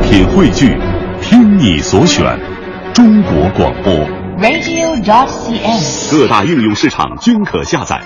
品汇聚，听你所选，中国广播 radio.cn， 各大应用市场均可下载。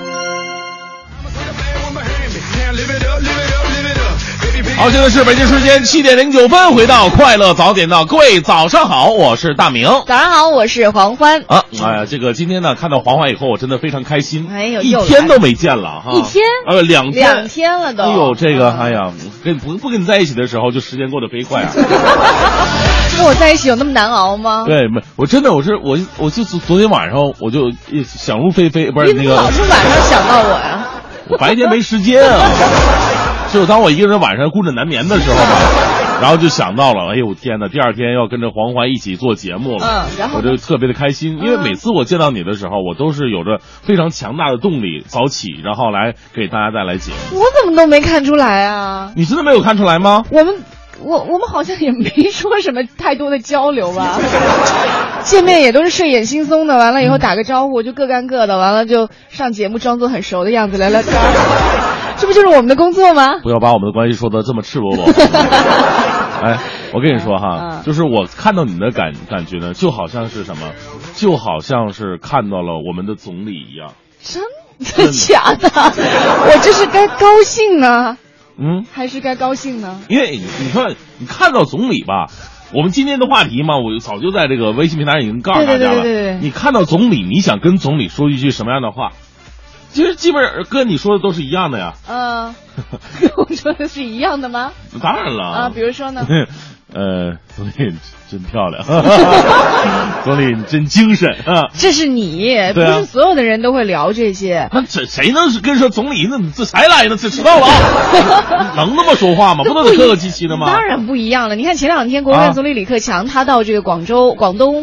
好，现在是北京时间7点09分，回到快乐早点到，各位早上好，我是大明。 早上好，我是黄欢。 这个今天呢，看到黄欢以后，我真的非常开心。 哎呦， 一天都没见了哈， 一天 2 天了都。 哎呦，这个哎呀，不跟你在一起的时候，就时间过得飞快啊。 跟我在一起有那么难熬吗？ 对，我真的我就昨天晚上我就想入非非，不是那个。 你怎么老是晚上想到我呀？ 我白天没时间啊。只有当我一个人晚上孤枕难眠的时候吧，然后就想到了，哎呦天哪，第二天要跟着黄欢一起做节目了， 然后我就特别的开心，因为每次我见到你的时候，我都是有着非常强大的动力早起，然后来给大家带来节目。 我怎么都没看出来啊？ 你真的没有看出来吗？ 我们好像也没说什么太多的交流吧，见面也都是睡眼惺忪的，完了以后打个招呼就各干各的，完了就上节目装作很熟的样子聊聊天。这不就是我们的工作吗？ 不要把我们的关系说得这么赤裸裸。哎，我跟你说哈，就是我看到你的感觉呢，就好像是什么，就好像是看到了我们的总理一样。 真的假的？我这是该高兴呢，还是该高兴呢？ 因为你看到总理吧，我们今天的话题嘛，我早就在这个微信平台已经告诉大家了。 对， 你看到总理，你想跟总理说一句什么样的话？其实基本上跟你说的都是一样的呀。 跟我说的是一样的吗？ 当然了啊，比如说呢？ 总理真漂亮，总理真精神啊！ 这是你，不是所有的人都会聊这些。 那谁能跟说总理？那这才来呢？这迟到了啊！能那么说话吗？不能得客客气气的吗？ 当然不一样了。你看前2天，国务院总理李克强他到这个广东、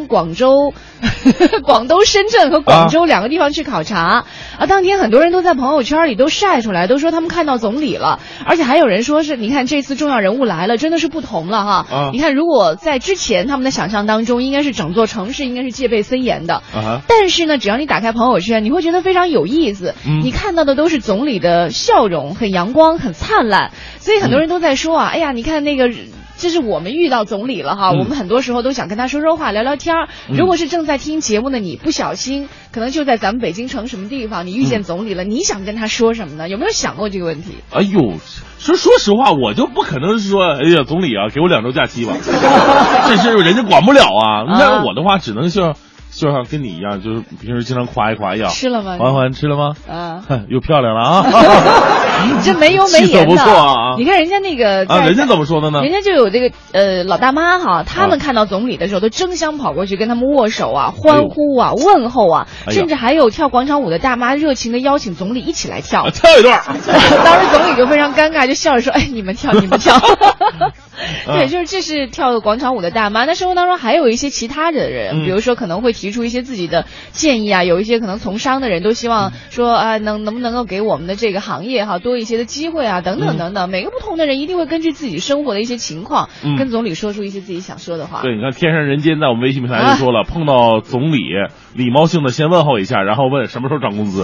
深圳和广州2个地方去考察啊。当天很多人都在朋友圈里都晒出来，都说他们看到总理了，而且还有人说是，你看这次重要人物来了，真的是不同了哈。你看，如果在之前他们的想象当中，应该是整座城市应该是戒备森严的，但是呢，只要你打开朋友圈，你会觉得非常有意思。你看到的都是总理的笑容，很阳光，很灿烂，所以很多人都在说啊，哎呀，你看那个。这是我们遇到总理了哈，我们很多时候都想跟他说说话聊聊天。如果是正在听节目的你，不小心可能就在咱们北京城什么地方，你遇见总理了，你想跟他说什么呢？有没有想过这个问题？ 哎呦，说实话，我就不可能是说，哎呀，总理啊，给我2周假期吧，这事人家管不了啊。你看我的话，只能就像跟你一样，就是平时经常夸一夸呀。 吃了吗？ 欢吃了吗？又漂亮了啊！ 你这没油没盐的， 不错啊！ 你看人家那个人家怎么说的呢？ 人家就有这个老大妈哈，他们看到总理的时候都争相跑过去跟他们握手啊、欢呼啊、问候啊，甚至还有跳广场舞的大妈热情的邀请总理一起来跳一段。 当时总理就非常尴尬，就笑着说：“哎，你们跳。”对，就是这是跳广场舞的大妈。那生活当中还有一些其他的人，比如说可能会提出一些自己的建议啊，有一些可能从商的人都希望说啊，能不能够给我们的这个行业哈多一些的机会啊，等等等等。每个不同的人一定会根据自己生活的一些情况，跟总理说出一些自己想说的话。 对，你看天上人间，在我们微信平台就说了，碰到总理，礼貌性的先问候一下，然后问什么时候涨工资。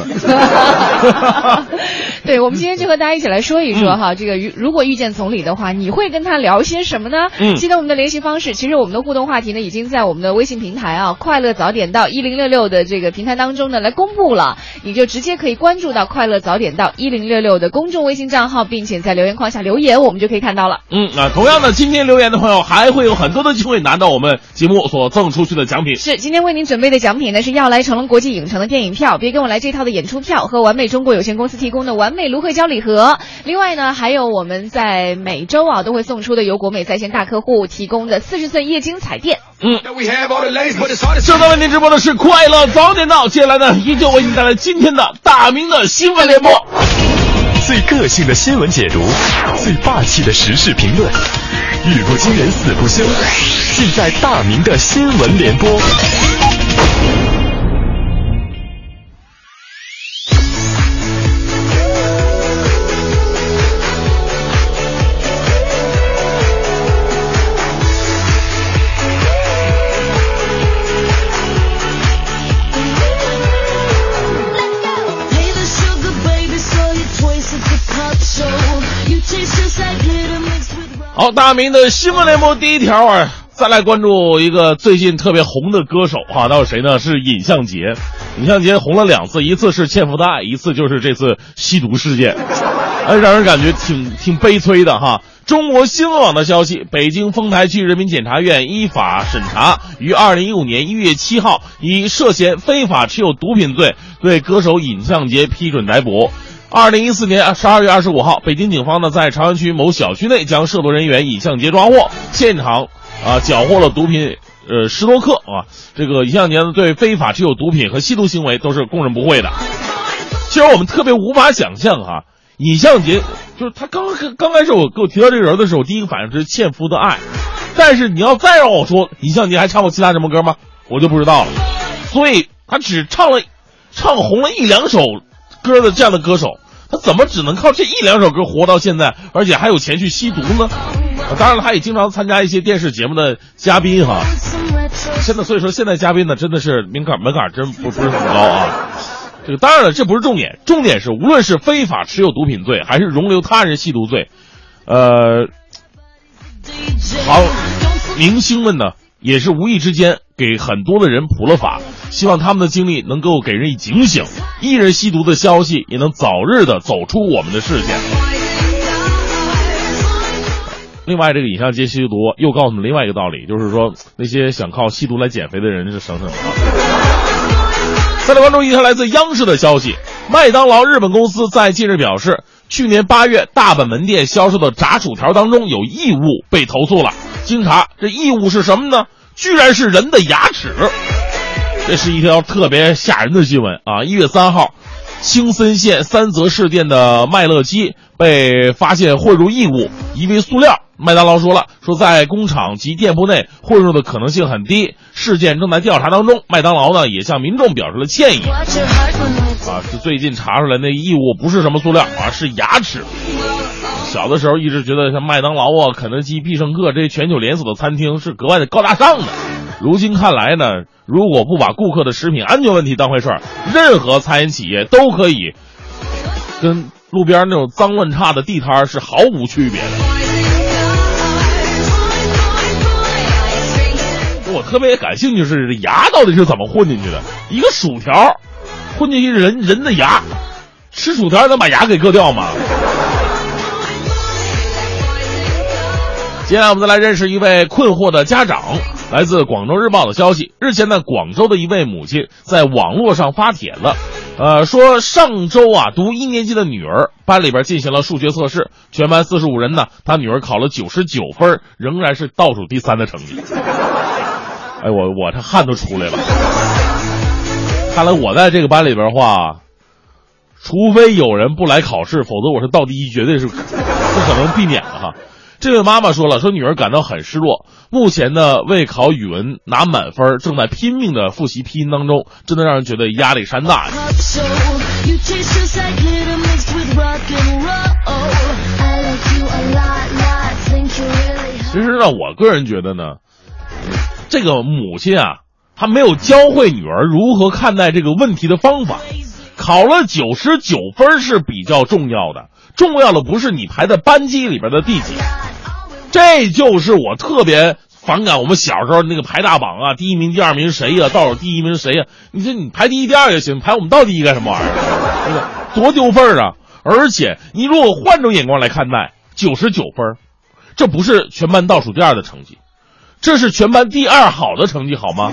对，我们今天就和大家一起来说一说哈，这个如果遇见总理的话，你会跟他聊些什么呢？记得我们的联系方式，其实我们的互动话题呢，已经在我们的微信平台啊，快乐早点到1066的这个平台当中呢来公布了，你就直接可以关注到快乐早点到1066的公众微信账号，并且在留言框下留言，我们就可以看到了。 同样的，今天留言的朋友还会有很多的机会拿到我们节目所赠出去的奖品。 是，今天为您准备的奖品呢是要来成龙国际影城的电影票，别跟我来这套的演出票和完美中国有限公司提供的完美芦荟胶礼盒。另外呢，还有我们在每周啊都会送出的由国美在线大客户提供的40寸液晶彩电。 正在为您直播的是快乐早点到，接下来呢依旧为您带来今天的大明的新闻联播。 最个性的新闻解读，最霸气的时事评论，语不惊人死不休，尽在大明的新闻联播。 好， 大明的新闻联播第一条啊，再来关注一个最近特别红的歌手哈，那是谁呢？是尹相杰。尹相杰红了2次，一次是《纤夫的爱》，一次就是这次吸毒事件，让人感觉挺悲催的哈。中国新闻网的消息，北京丰台区人民检察院依法审查，于2015年1月7号以涉嫌非法持有毒品罪对歌手尹相杰批准逮捕。2014年12月25号，北京警方呢在长安区某小区内将涉毒人员尹相杰抓获，现场缴获了毒品10多克啊。这个尹相杰呢对非法持有毒品和吸毒行为都是供认不讳的。其实我们特别无法想象哈，尹相杰就是他刚开始给我提到这个人的时候，第一个反应是《纤夫的爱》，但是你要再让我说尹相杰还唱过其他什么歌吗？我就不知道了。所以他只唱红了1-2首歌的这样的歌手，他怎么只能靠这1-2首歌活到现在，而且还有钱去吸毒呢？当然了，他也经常参加一些电视节目的嘉宾哈。所以说现在嘉宾呢真的是门槛真不是很高啊。这个当然了，这不是重点，重点是无论是非法持有毒品罪还是容留他人吸毒罪，明星们呢也是无意之间给很多的人普了法，希望他们的经历能够给人以警醒，艺人吸毒的消息也能早日的走出我们的视线。另外，这个尹相杰吸毒又告诉我们另外一个道理，就是说那些想靠吸毒来减肥的人是省省的。再来关注一条来自央视的消息，麦当劳日本公司在近日表示，去年8月大阪门店销售的炸薯条当中有异物被投诉了。经查，这异物是什么呢？居然是人的牙齿。这是一条特别吓人的新闻啊！1月3号，青森县三泽市店的麦乐鸡被发现混入异物，疑为塑料。麦当劳说在工厂及店铺内混入的可能性很低，事件正在调查当中。麦当劳呢也向民众表示了歉意。是最近查出来那异物不是什么塑料啊，是牙齿。小的时候一直觉得像麦当劳啊、肯德基、必胜客这些全球连锁的餐厅是格外的高大上的。如今看来呢，如果不把顾客的食品安全问题当回事儿，任何餐饮企业都可以跟路边那种脏乱差的地摊是毫无区别的。我特别感兴趣是牙到底是怎么混进去的，一个薯条混进去人的牙，吃薯条能把牙给割掉吗？接下来我们再来认识一位困惑的家长。来自广州日报的消息，日前呢，广州的一位母亲在网络上发帖了，说上周读1年级的女儿班里边进行了数学测试，全班45人呢，她女儿考了99分，仍然是倒数第3的成绩。哎，我这汗都出来了。看来我在这个班里边话，除非有人不来考试，否则我是倒第1，绝对是不可能避免的哈。这位妈妈说女儿感到很失落，目前呢为考语文拿满分，正在拼命的复习拼音当中，真的让人觉得压力山大呀。其实呢，我个人觉得呢，这个母亲她没有教会女儿如何看待这个问题的方法。考了99分是比较重要的，重要的不是你排在班级里边的第几。这就是我特别反感我们小时候那个排大榜第1名第2名谁呀，倒数第1名谁呀？你排第1第2也行，排我们倒第1干什么玩意儿？对不对？多丢份啊！而且你如果换种眼光来看待，99分，这不是全班倒数第2的成绩，这是全班第2好的成绩，好吗？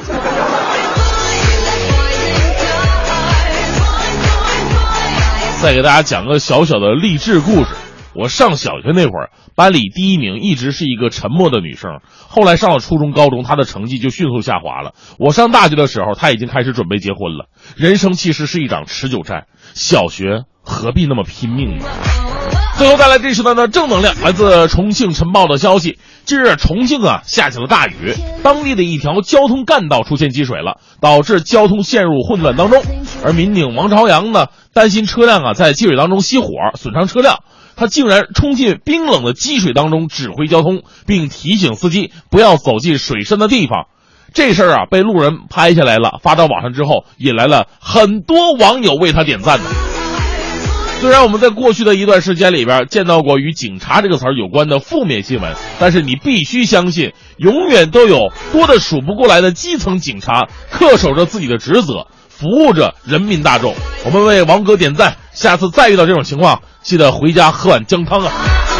再给大家讲个小小的励志故事。我上小学那会儿，班里第1名一直是一个沉默的女生，后来上了初中高中，她的成绩就迅速下滑了。我上大学的时候，她已经开始准备结婚了。人生其实是一场持久战，小学何必那么拼命呢？最后带来这时段的正能量，来自重庆晨报的消息。近日重庆下起了大雨，当地的一条交通干道出现积水了，导致交通陷入混乱当中。而民警王朝阳呢，担心车辆在积水当中熄火损伤车辆，他竟然冲进冰冷的积水当中指挥交通，并提醒司机不要走进水深的地方。这事儿被路人拍下来了，发到网上之后，引来了很多网友为他点赞的。 虽然我们在过去的一段时间里边见到过与警察这个词儿有关的负面新闻，但是你必须相信，永远都有多的数不过来的基层警察恪守着自己的职责，服务着人民大众。我们为王哥点赞，下次再遇到这种情况，记得回家喝碗姜汤啊。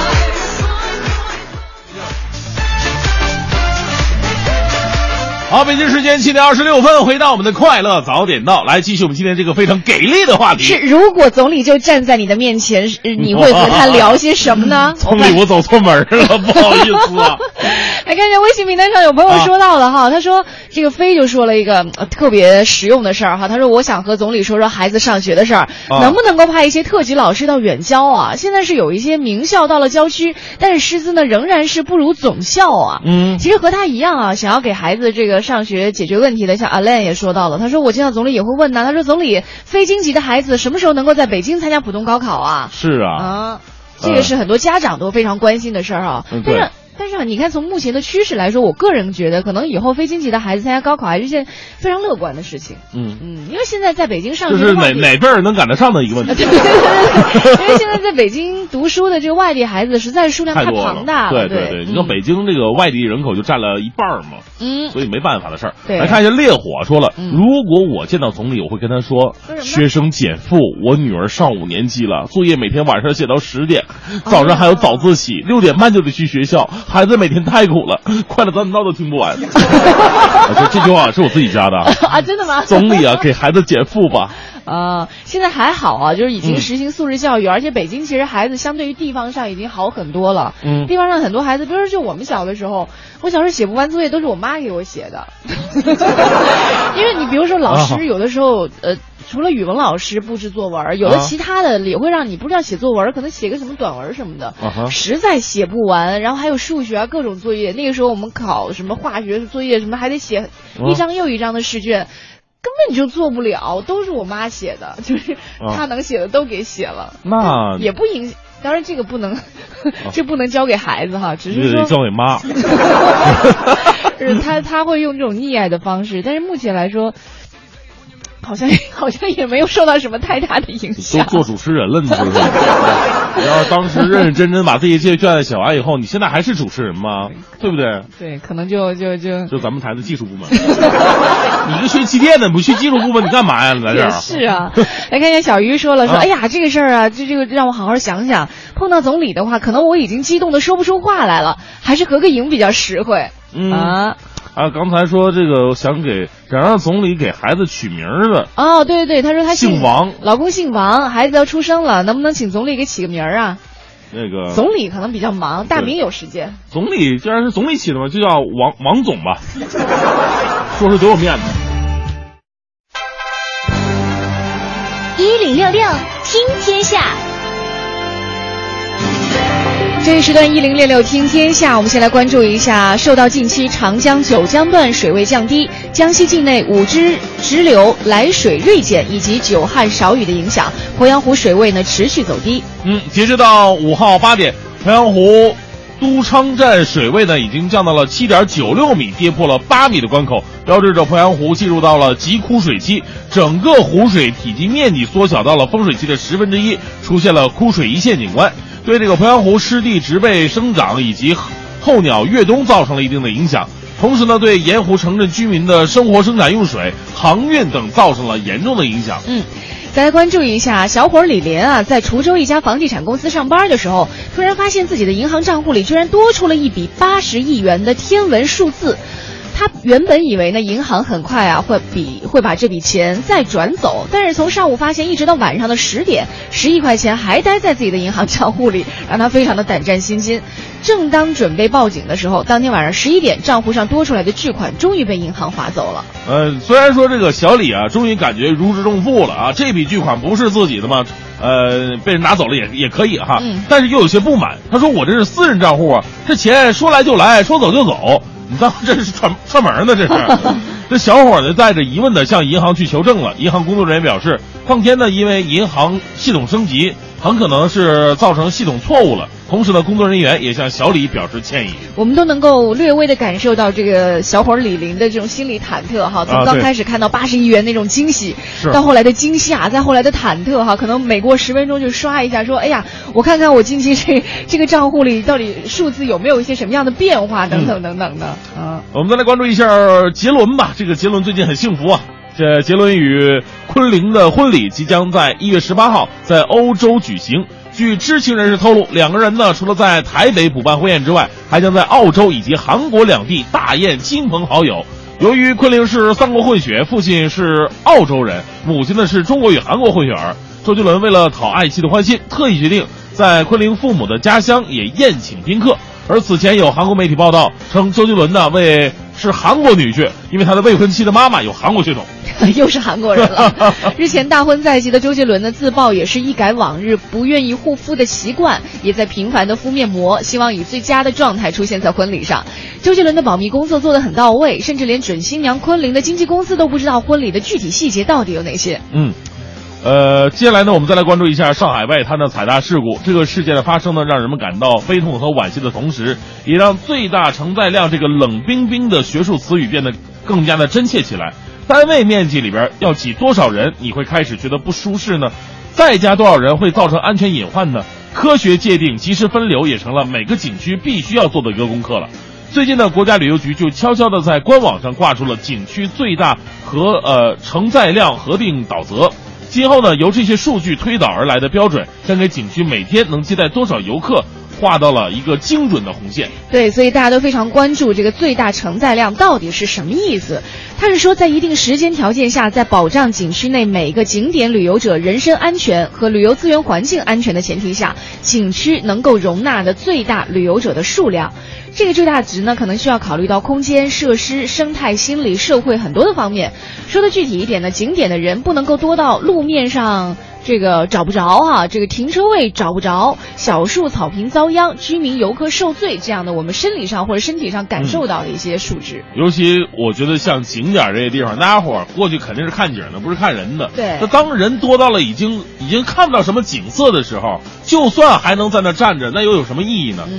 好，北京时间7点26分，回到我们的快乐早点到，来继续我们今天这个非常给力的话题。 是，如果总理就站在你的面前，你会和他聊些什么呢？ 总理，我走错门了，不好意思啊。 来看一下微信名单上有朋友说到了哈，他说这个飞就说了一个特别实用的事儿哈，他说我想和总理说说孩子上学的事儿，能不能够派一些特级老师到远郊啊？现在是有一些名校到了郊区，但是师资呢仍然是不如总校啊。其实和他一样啊，想要给孩子这个上学解决问题的，像阿兰也说到了，他说我见到总理也会问呢，他说总理，非京籍的孩子什么时候能够在北京参加普通高考啊？ 是啊， 这个是很多家长都非常关心的事儿啊。但是你看，从目前的趋势来说，我个人觉得，可能以后非京籍的孩子参加高考还是一件非常乐观的事情。因为现在在北京上学的就是哪辈儿能赶得上的一个问题。 对，因为现在在北京读书的这个外地孩子实在是数量太庞大了。 对，你说北京这个外地人口就占了一半嘛，所以没办法的事儿。来看一下烈火说了，如果我见到总理，我会跟他说，学生减负，我女儿上5年级了，作业每天晚上写到10点，早上还有早自习，6点半就得去学校。孩子每天太苦了，快乐早点到都听不完。这句话是我自己加的啊，真的吗？ 总理啊，给孩子减负吧。 现在还好啊，就是已经实行素质教育，而且北京其实孩子相对于地方上已经好很多了。地方上很多孩子，比如说就我们小的时候，我小时候写不完作业都是我妈给我写的。因为你比如说老师有的时候除了语文老师布置作文，有的其他的也会让你不知道写作文，可能写个什么短文什么的，实在写不完。然后还有数学啊各种作业，那个时候我们考什么化学作业什么还得写一张又一张的试卷，根本就做不了，都是我妈写的，就是她能写的都给写了。 那也不影响，当然这个不能这不能交给孩子哈，只是说交给妈。 是他会用这种溺爱的方式，但是目前来说好像也没有受到什么太大的影响。 都做主持人了，你说说。你要当时认认真真把这一切卷子写完以后，你现在还是主持人吗？对不对？ 对，可能就咱们台的技术部门。你一个学机电的，不去技术部门，你干嘛呀？来这儿。 是啊。来看一下小鱼说了，哎呀，这个事儿啊，这个让我好好想想。碰到总理的话，可能我已经激动的说不出话来了，还是合个影比较实惠。 刚才说这个想让总理给孩子取名的。 对，他说他姓王， 老公姓王，孩子要出生了，能不能请总理给起个名啊？ 那个总理可能比较忙，大明有时间。 总理既然是总理起的嘛，就叫王总吧，说多有面子。 1066听天下。 这一时段1066听天下，我们先来关注一下，受到近期长江九江段水位降低，江西境内5支支流来水锐减以及久旱少雨的影响，鄱阳湖水位呢持续走低。 截止到5号8点，鄱阳湖都昌站水位呢已经降到了7.96米，跌破了8米的关口，标志着鄱阳湖进入到了急枯水期，整个湖水体积面积缩小到了丰水期的1/10，出现了枯水一线景观，对这个鄱阳湖湿地植被生长以及候鸟越冬造成了一定的影响，同时呢对沿湖城镇居民的生活生产用水、航运等造成了严重的影响。 再来关注一下，小伙李连啊，在滁州一家房地产公司上班的时候，突然发现自己的银行账户里居然多出了一笔80亿元的天文数字。他原本以为呢，银行很快啊会把这笔钱再转走，但是从上午发现一直到晚上的10点，10亿块钱还待在自己的银行账户里，让他非常的胆战心惊。正当准备报警的时候，当天晚上11点，账户上多出来的巨款终于被银行划走了。 虽然说这个小李啊，终于感觉如释重负了啊，这笔巨款不是自己的嘛，被人拿走了也可以哈，但是又有些不满。他说我这是私人账户啊，这钱说来就来，说走就走。你当这是串门呢？这是。这小伙呢带着疑问的向银行去求证了。银行工作人员表示，当天呢因为银行系统升级， 很可能是造成系统错误了。同时呢，工作人员也向小李表示歉意。 我们都能够略微的感受到这个小伙李林的这种心理忐忑哈，从刚开始看到80亿元那种惊喜，到后来的惊吓，再后来的忐忑哈，可能每过10分钟就刷一下说，哎呀，我看看我近期这个账户里到底数字有没有一些什么样的变化等等等等的啊。 我们再来关注一下杰伦吧，这个杰伦最近很幸福啊。这杰伦与昆凌的婚礼即将在1月18号在欧洲举行。据知情人士透露，两个人呢除了在台北补办婚宴之外，还将在澳洲以及韩国两地大宴亲朋好友。由于昆凌是3国混血，父亲是澳洲人，母亲呢是中国与韩国混血儿。周杰伦为了讨爱妻的欢心，特意决定在昆凌父母的家乡也宴请宾客。而此前有韩国媒体报道称，周杰伦呢是韩国女婿，因为他的未婚妻的妈妈有韩国血统。 又是韩国人了。日前大婚在即的周杰伦呢自曝也是一改往日不愿意护肤的习惯，也在频繁的敷面膜，希望以最佳的状态出现在婚礼上。周杰伦的保密工作做得很到位，甚至连准新娘昆凌的经纪公司都不知道婚礼的具体细节到底有哪些。 接下来呢，我们再来关注一下上海外滩的踩踏事故。这个事件的发生呢，让人们感到悲痛和惋惜的同时，也让最大承载量这个冷冰冰的学术词语变得更加的真切起来。单位面积里边要挤多少人，你会开始觉得不舒适呢？再加多少人会造成安全隐患呢？科学界定及时分流也成了每个景区必须要做的一个功课了。最近呢，国家旅游局就悄悄地在官网上挂出了景区最大和承载量合并导则。今后呢，由这些数据推导而来的标准，将给景区每天能接待多少游客画到了一个精准的红线。 对，所以大家都非常关注这个最大承载量到底是什么意思。他是说，在一定时间条件下，在保障景区内每个景点旅游者人身安全和旅游资源环境安全的前提下，景区能够容纳的最大旅游者的数量。这个最大值呢，可能需要考虑到空间、设施、生态、心理、社会很多的方面。说的具体一点呢，景点的人不能够多到路面上这个找不着啊，这个停车位找不着，小树草坪遭殃，居民游客受罪，这样的我们生理上或者身体上感受到的一些数值。 尤其我觉得像景点这些地方，大家伙儿过去肯定是看景的，不是看人的。 对。 那当人多到了已经看不到什么景色的时候，就算还能在那站着，那又有什么意义呢？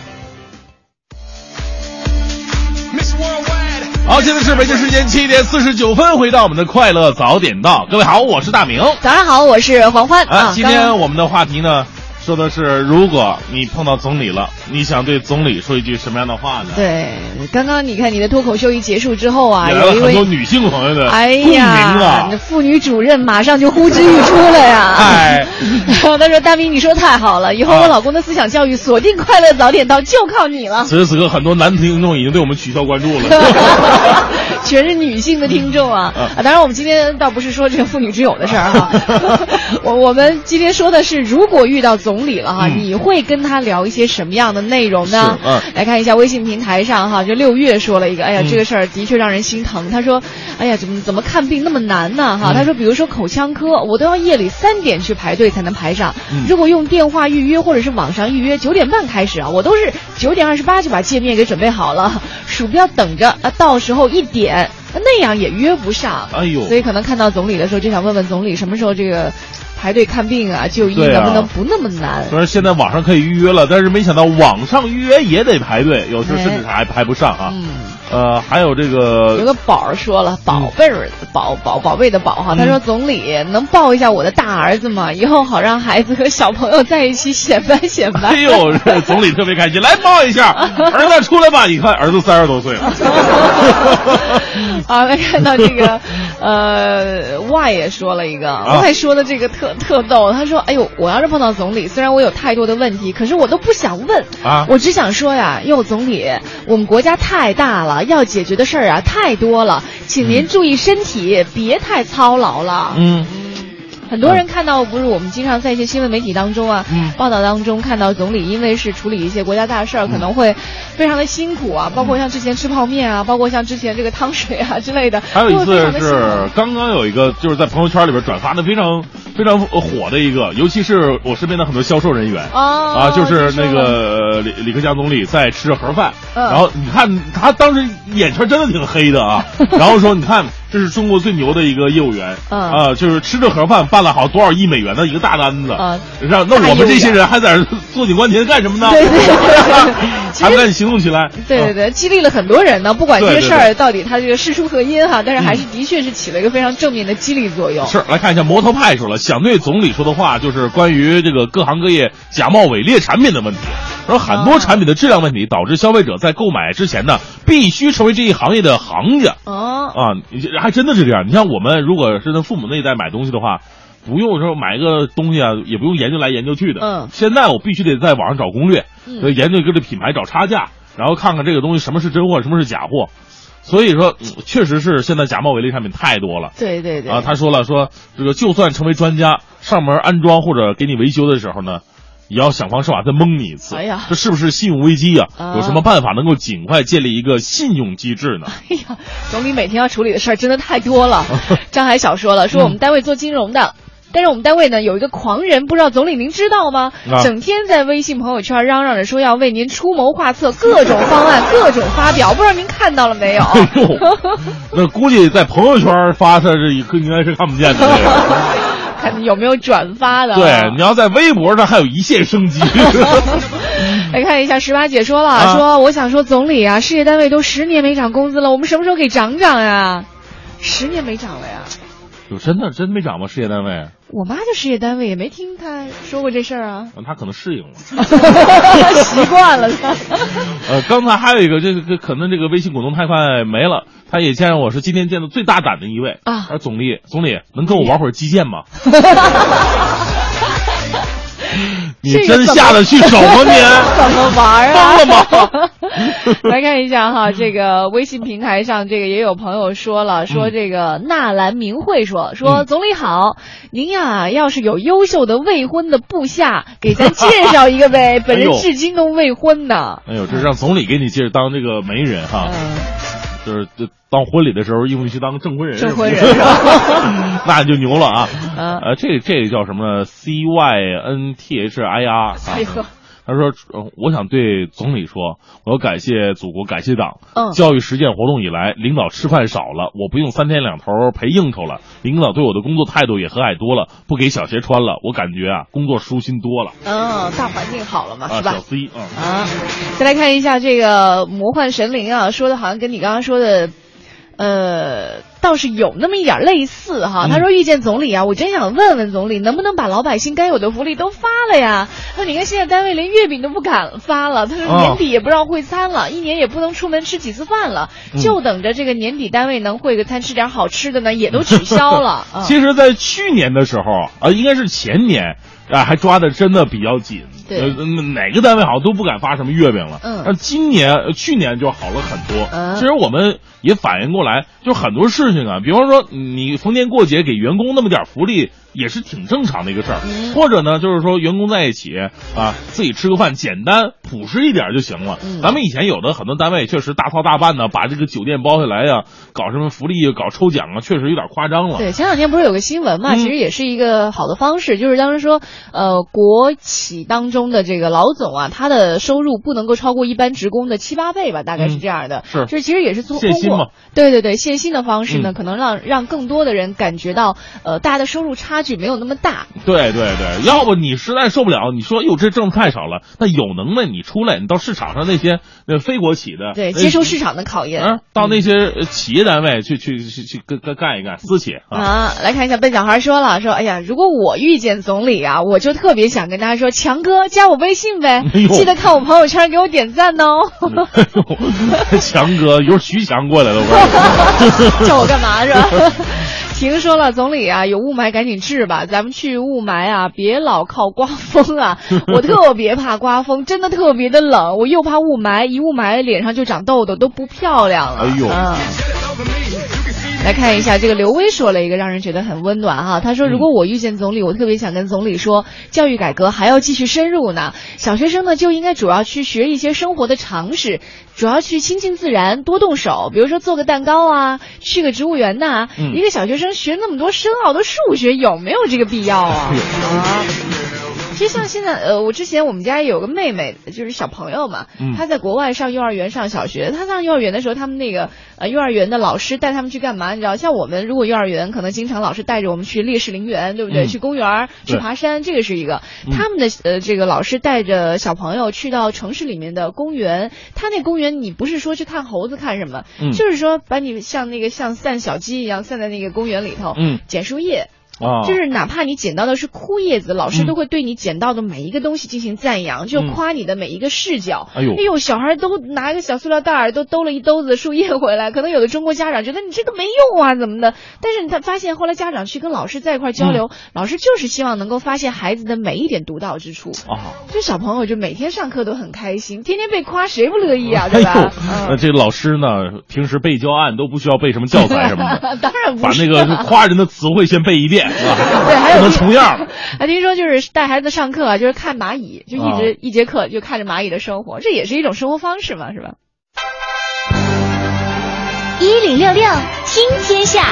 好，现在是北京时间7点49分，回到我们的快乐早点到。各位好，我是大明。 早上好，我是黄欢。 今天我们的话题呢，说的是如果你碰到总理了，你想对总理说一句什么样的话呢？ 对，刚刚你看你的脱口秀一结束之后啊， 有一位很多女性朋友的共鸣啊，妇女主任马上就呼之欲出了呀。他说大明你说太好了，以后我老公的思想教育锁定快乐早点到就靠你了。 此时此刻很多男听众已经对我们取消关注了。 全是女性的听众啊！当然我们今天倒不是说这个妇女之友的事儿哈，我们今天说的是如果遇到总理了哈，你会跟他聊一些什么样的内容呢？来看一下微信平台上哈，就6月说了一个，哎呀，这个事儿的确让人心疼。他说，哎呀，怎么看病那么难呢？哈，他说，比如说口腔科，我都要夜里3点去排队才能排上。如果用电话预约或者是网上预约，9点半开始啊，我都是9点28就把界面给准备好了，鼠标等着啊，到时候1点。那样也约不上， 哎呦！ 所以可能看到总理的时候，就想问问总理什么时候这个排队看病啊、就医能不能不那么难？ 虽然现在网上可以预约了，但是没想到网上预约也得排队，有时候甚至还排不上啊。还有这个有个宝说了，宝贝的宝哈，他说总理能抱一下我的大儿子吗？以后好让孩子和小朋友在一起显摆显摆。 哎呦，总理特别开心，来抱一下，儿子出来吧！你看儿子30多岁了。 好，来看到这个Y 也说了一个，Y 说的这个特逗，他说：“哎呦，我要是碰到总理，虽然我有太多的问题，可是我都不想问啊，我只想说呀，哟，总理，我们国家太大了，要解决的事儿啊太多了，请您注意身体，别太操劳了。”很多人看到，不是我们经常在一些新闻媒体当中啊，报道当中看到总理因为是处理一些国家大事儿，可能会非常的辛苦啊，包括像之前吃泡面啊，包括像之前这个汤水啊之类的。 还有一次是刚刚有一个就是在朋友圈里边转发的非常火的一个，尤其是我身边的很多销售人员就是那个个李克强总理在吃着盒饭，然后你看他当时眼圈真的挺黑的啊，然后说你看这是中国最牛的一个业务员，就是吃着盒饭办了好多少亿美元的一个大单子，那我们这些人还在这坐井观田干什么呢？ 对对还不赶紧行动起来？ 对对，激励了很多人呢。不管这些事儿到底他这个事出何因哈，但是还是的确是起了一个非常正面的激励作用。 是，来看一下摩托派说了，想对总理说的话就是关于这个各行各业假冒伪劣产品的问题。而很多产品的质量问题导致消费者在购买之前呢，必须成为这一行业的行家。还真的是这样。你像我们如果是父母那一代买东西的话，不用说买一个东西啊，也不用研究来研究去的。现在我必须得在网上找攻略，研究各个品牌找差价，然后看看这个东西什么是真货，什么是假货。所以说，确实是现在假冒伪劣产品太多了。 对对对。 他说了，说这个就算成为专家，上门安装或者给你维修的时候呢，也要想方设法再蒙你一次。 哎呀， 这是不是信用危机啊？有什么办法能够尽快建立一个信用机制呢？ 哎呀，总理每天要处理的事儿真的太多了。张海晓说了，说我们单位做金融的。但是我们单位呢有一个狂人，不知道总理您知道吗？整天在微信朋友圈嚷嚷着说要为您出谋划策，各种方案各种发表，不知道您看到了没有？ 哎呦，那估计在朋友圈发的这一刻应该是看不见的。 看有没有转发的？ 对，你要在微博上还有一线生机。 来看一下18姐说了，说我想说总理啊，事业单位都10年没涨工资了，我们什么时候给涨涨呀？10年没涨了呀？ 有真没涨吗？事业单位？ 我妈就事业单位，也没听她说过这事儿啊。 她可能适应了， 习惯了。 刚才还有一个，这个可能这个微信滚动太快没了。他也见着我是今天见的最大胆的一位啊！总理能跟我玩会儿击剑吗？你真下得去手吗你？ 怎么玩啊？ 疯了吗？ 来看一下哈，这个微信平台上，这个也有朋友说了，说这个纳兰明慧说总理好，您呀要是有优秀的未婚的部下，给咱介绍一个呗，本人至今都未婚呢。 哎呦，这是让总理给你介绍当这个媒人哈。就是当婚礼的时候，应去当证婚人，那就牛了啊！这叫什么呢 ？CYNTHIR 他说，我想对总理说，我要感谢祖国，感谢党。教育实践活动以来，领导吃饭少了，我不用3天2头陪应酬了，领导对我的工作态度也和蔼多了，不给小鞋穿了，我感觉啊，工作舒心多了。 大环境好了嘛，是吧？ 小 C 再来看一下这个魔幻神灵啊，说的好像跟你刚刚说的。倒是有那么一点类似哈。他说遇见总理啊，我真想问问总理，能不能把老百姓该有的福利都发了呀？他说你看现在单位连月饼都不敢发了，他说年底也不让会餐了，一年也不能出门吃几次饭了，就等着这个年底单位能会个餐吃点好吃的呢，也都取消了。 其实在去年的时候应该是前年还抓的真的比较紧。 对， 哪个单位好像都不敢发什么月饼了。但去年就好了很多。其实我们也反应过来，就很多事情啊，比方说你逢年过节给员工那么点福利，也是挺正常的一个事儿。或者呢，就是说员工在一起自己吃个饭，简单朴实一点就行了。咱们以前有的很多单位确实大操大办的，把这个酒店包下来呀，搞什么福利，搞抽奖啊，确实有点夸张了。 对，前2天不是有个新闻嘛，其实也是一个好的方式，就是当时说国企当中的这个老总啊，他的收入不能够超过一般职工的7、8倍吧，大概是这样的。 是， 就是其实也是通过对限薪的方式呢，可能让更多的人感觉到大家的收入差距没有那么大。 对，要不你实在受不了，你说哟这挣太少了，那有能耐你出来，你到市场上那些非国企的， 对，接受市场的考验， 到那些企业单位去干一干私企来看一下笨小孩说了，说哎呀，如果我遇见总理啊，我就特别想跟他说，强哥加我微信呗，记得看我朋友圈给我点赞哦。 强哥，一会儿徐强过来了， 叫我干嘛是吧？婷说了，总理啊，有雾霾赶紧治吧，咱们去雾霾啊，别老靠刮风啊。我特别怕刮风，真的特别的冷，我又怕雾霾，一雾霾脸上就长痘痘，都不漂亮了。 哎呦。 来看一下这个刘威说了一个让人觉得很温暖哈，他说如果我遇见总理，我特别想跟总理说，教育改革还要继续深入呢，小学生呢就应该主要去学一些生活的常识，主要去亲近自然，多动手，比如说做个蛋糕啊，去个植物园呐。一个小学生学那么多深奥的数学，有没有这个必要啊？ 其实像现在，我之前我们家有个妹妹，就是小朋友嘛，她在国外上幼儿园、上小学。她上幼儿园的时候，他们那个幼儿园的老师带他们去干嘛？你知道，像我们如果幼儿园可能经常老师带着我们去烈士陵园，对不对？去公园、去爬山，这个是一个。他们的这个老师带着小朋友去到城市里面的公园，他那公园你不是说去看猴子看什么，就是说把你像散小鸡一样散在那个公园里头，捡树叶。就是哪怕你捡到的是枯叶子，老师都会对你捡到的每一个东西进行赞扬，就夸你的每一个视角。哎呦，小孩都拿一个小塑料袋都兜了一兜子树叶回来，可能有的中国家长觉得你这个没用啊怎么的，但是他发现后来家长去跟老师在一块交流，老师就是希望能够发现孩子的每一点独到之处。这小朋友就每天上课都很开心，天天被夸谁不乐意啊，对吧？ 那这个老师呢，平时背教案都不需要背什么教材什么的， 当然不是， 把那个夸人的词汇先背一遍。 对，还有不能重样。 还听说就是带孩子上课就是看蚂蚁，就一节课就看着蚂蚁的生活，这也是一种生活方式嘛，是吧 ？1066听天下。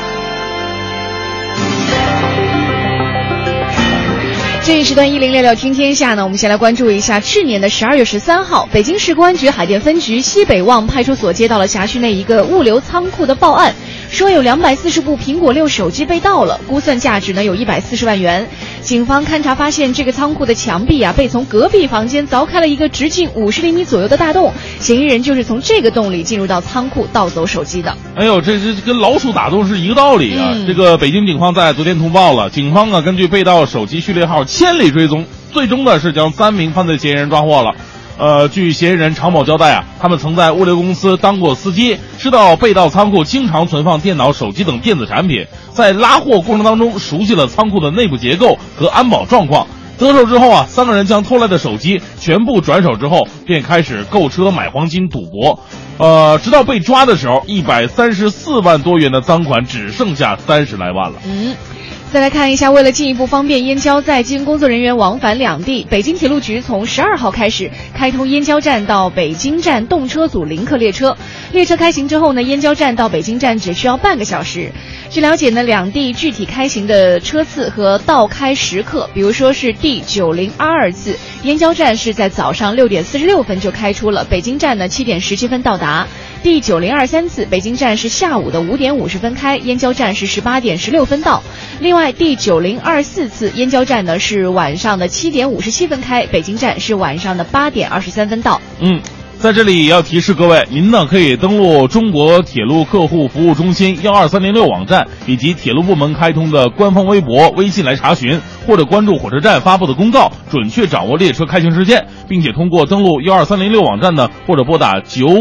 这一时段1066听天下呢，我们先来关注一下去年的12月13号，北京市公安局海淀分局西北旺派出所接到了辖区内一个物流仓库的报案，说有240部苹果6手机被盗了，估算价值呢有140万元。警方勘查发现，这个仓库的墙壁被从隔壁房间凿开了一个直径50厘米左右的大洞，嫌疑人就是从这个洞里进入到仓库盗走手机的。 哎呦，这跟老鼠打洞是一个道理啊！这个北京警方在昨天通报了，警方根据被盗手机序列号千里追踪，最终呢是将3名犯罪嫌疑人抓获了。据嫌疑人常某交代他们曾在物流公司当过司机，知道被盗仓库经常存放电脑、手机等电子产品，在拉货过程当中熟悉了仓库的内部结构和安保状况。得手之后3个人将偷来的手机全部转手之后，便开始购车、买黄金、赌博。直到被抓的时候，134万多元的赃款只剩下30来万了。 再来看一下，为了进一步方便燕郊在京工作人员往返两地，北京铁路局从12号开始开通燕郊站到北京站动车组临客列车。列车开行之后呢，燕郊站到北京站只需要半个小时。据了解呢，两地具体开行的车次和到开时刻，比如说是第9022次，燕郊站是在早上6点46分就开出了，北京站呢7点17分到达。第9023次，北京站是下午的5点50分开，燕郊站是18点16分到。另外，第9024次，燕郊站呢是晚上的7点57分开，北京站是晚上的8点23分到。 在这里也要提示各位，您呢可以登录中国铁路客户服务中心12306网站以及铁路部门开通的官方微博、微信来查询，或者关注火车站发布的公告，准确掌握列车开行时间，并且通过登录12306网站呢，或者拨打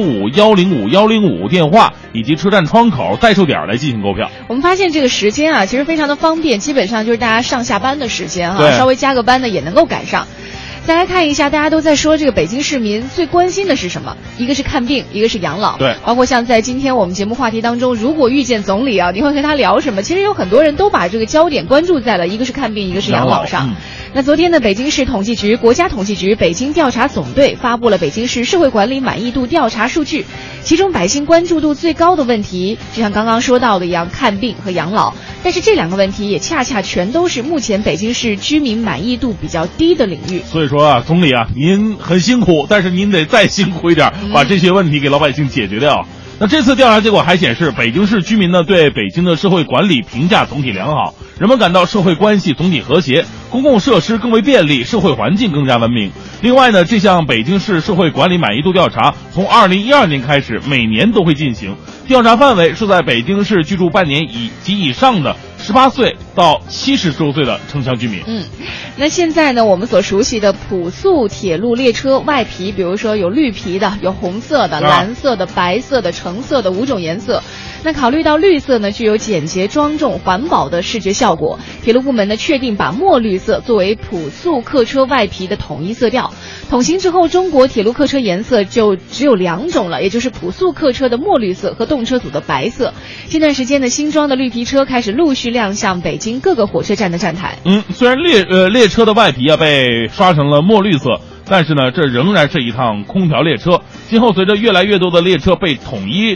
95105-105电话以及车站窗口代售点来进行购票。 我们发现这个时间其实非常的方便，基本上就是大家上下班的时间稍微加个班呢也能够赶上。再来看一下，大家都在说这个北京市民最关心的是什么？一个是看病，一个是养老。 对， 包括像在今天我们节目话题当中，如果遇见总理你会和他聊什么？其实有很多人都把这个焦点关注在了一个是看病，一个是养老上。那昨天呢，北京市统计局、国家统计局、北京调查总队发布了北京市社会管理满意度调查数据，其中百姓关注度最高的问题，就像刚刚说到的一样，看病和养老。但是这两个问题也恰恰全都是目前北京市居民满意度比较低的领域。 所以说总理您很辛苦，但是您得再辛苦一点，把这些问题给老百姓解决掉。那这次调查结果还显示，北京市居民呢对北京的社会管理评价总体良好，人们感到社会关系总体和谐，公共设施更为便利，社会环境更加文明。另外呢，这项北京市社会管理满意度调查从2012年开始，每年都会进行，调查范围是在北京市居住半年及以上的18岁到70周岁的城乡居民。 那现在呢，我们所熟悉的普速铁路列车外皮，比如说有绿皮的、有红色的、蓝色的、白色的、橙色的5种颜色。那考虑到绿色呢具有简洁庄重环保的视觉效果，铁路部门呢确定把墨绿色作为普速客车外皮的统一色调。统型之后，中国铁路客车颜色就只有2种了，也就是普速客车的墨绿色和动车组的白色。近段时间的新装的绿皮车开始陆续亮相北京各个火车站的站台。 虽然列车的外皮被刷成了墨绿色，但是呢，这仍然是一趟空调列车。今后随着越来越多的列车被统一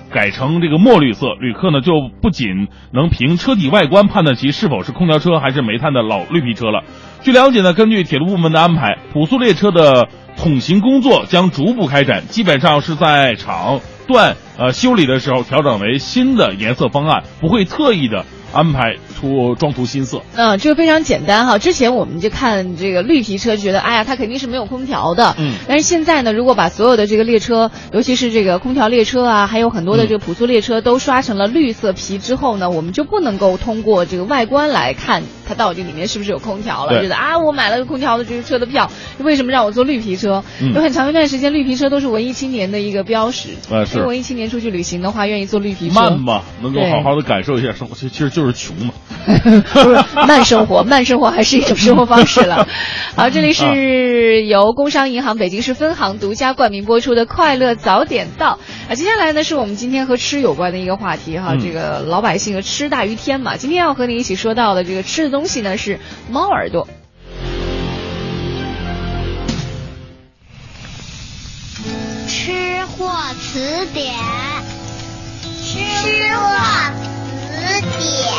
改成这个墨绿色，旅客呢就不仅能凭车体外观判断其是否是空调车还是煤炭的老绿皮车了。据了解呢，根据铁路部门的安排，普速列车的统行工作将逐步开展，基本上是在厂段修理的时候调整为新的颜色方案，不会特意的安排装涂新色。 这个非常简单哈。之前我们就看这个绿皮车，觉得哎呀，它肯定是没有空调的。但是现在呢，如果把所有的这个列车，尤其是这个空调列车啊，还有很多的这个普速列车都刷成了绿色皮之后呢，我们就不能够通过这个外观来看它到底里面是不是有空调了。觉得啊，我买了个空调的这个车的票，为什么让我坐绿皮车？有很长一段时间，绿皮车都是文艺青年的一个标识。 是文艺青年出去旅行的话，愿意坐绿皮车。 慢嘛，能够好好的感受一下生活，其实就是穷嘛。 不是慢生活还是一种生活方式了。好，这里是由工商银行北京市分行独家冠名播出的快乐早点到。接下来呢是我们今天和吃有关的一个话题哈，这个老百姓的吃大于天嘛。今天要和你一起说到的这个吃的东西呢是猫耳朵。 吃货词典，吃货词典。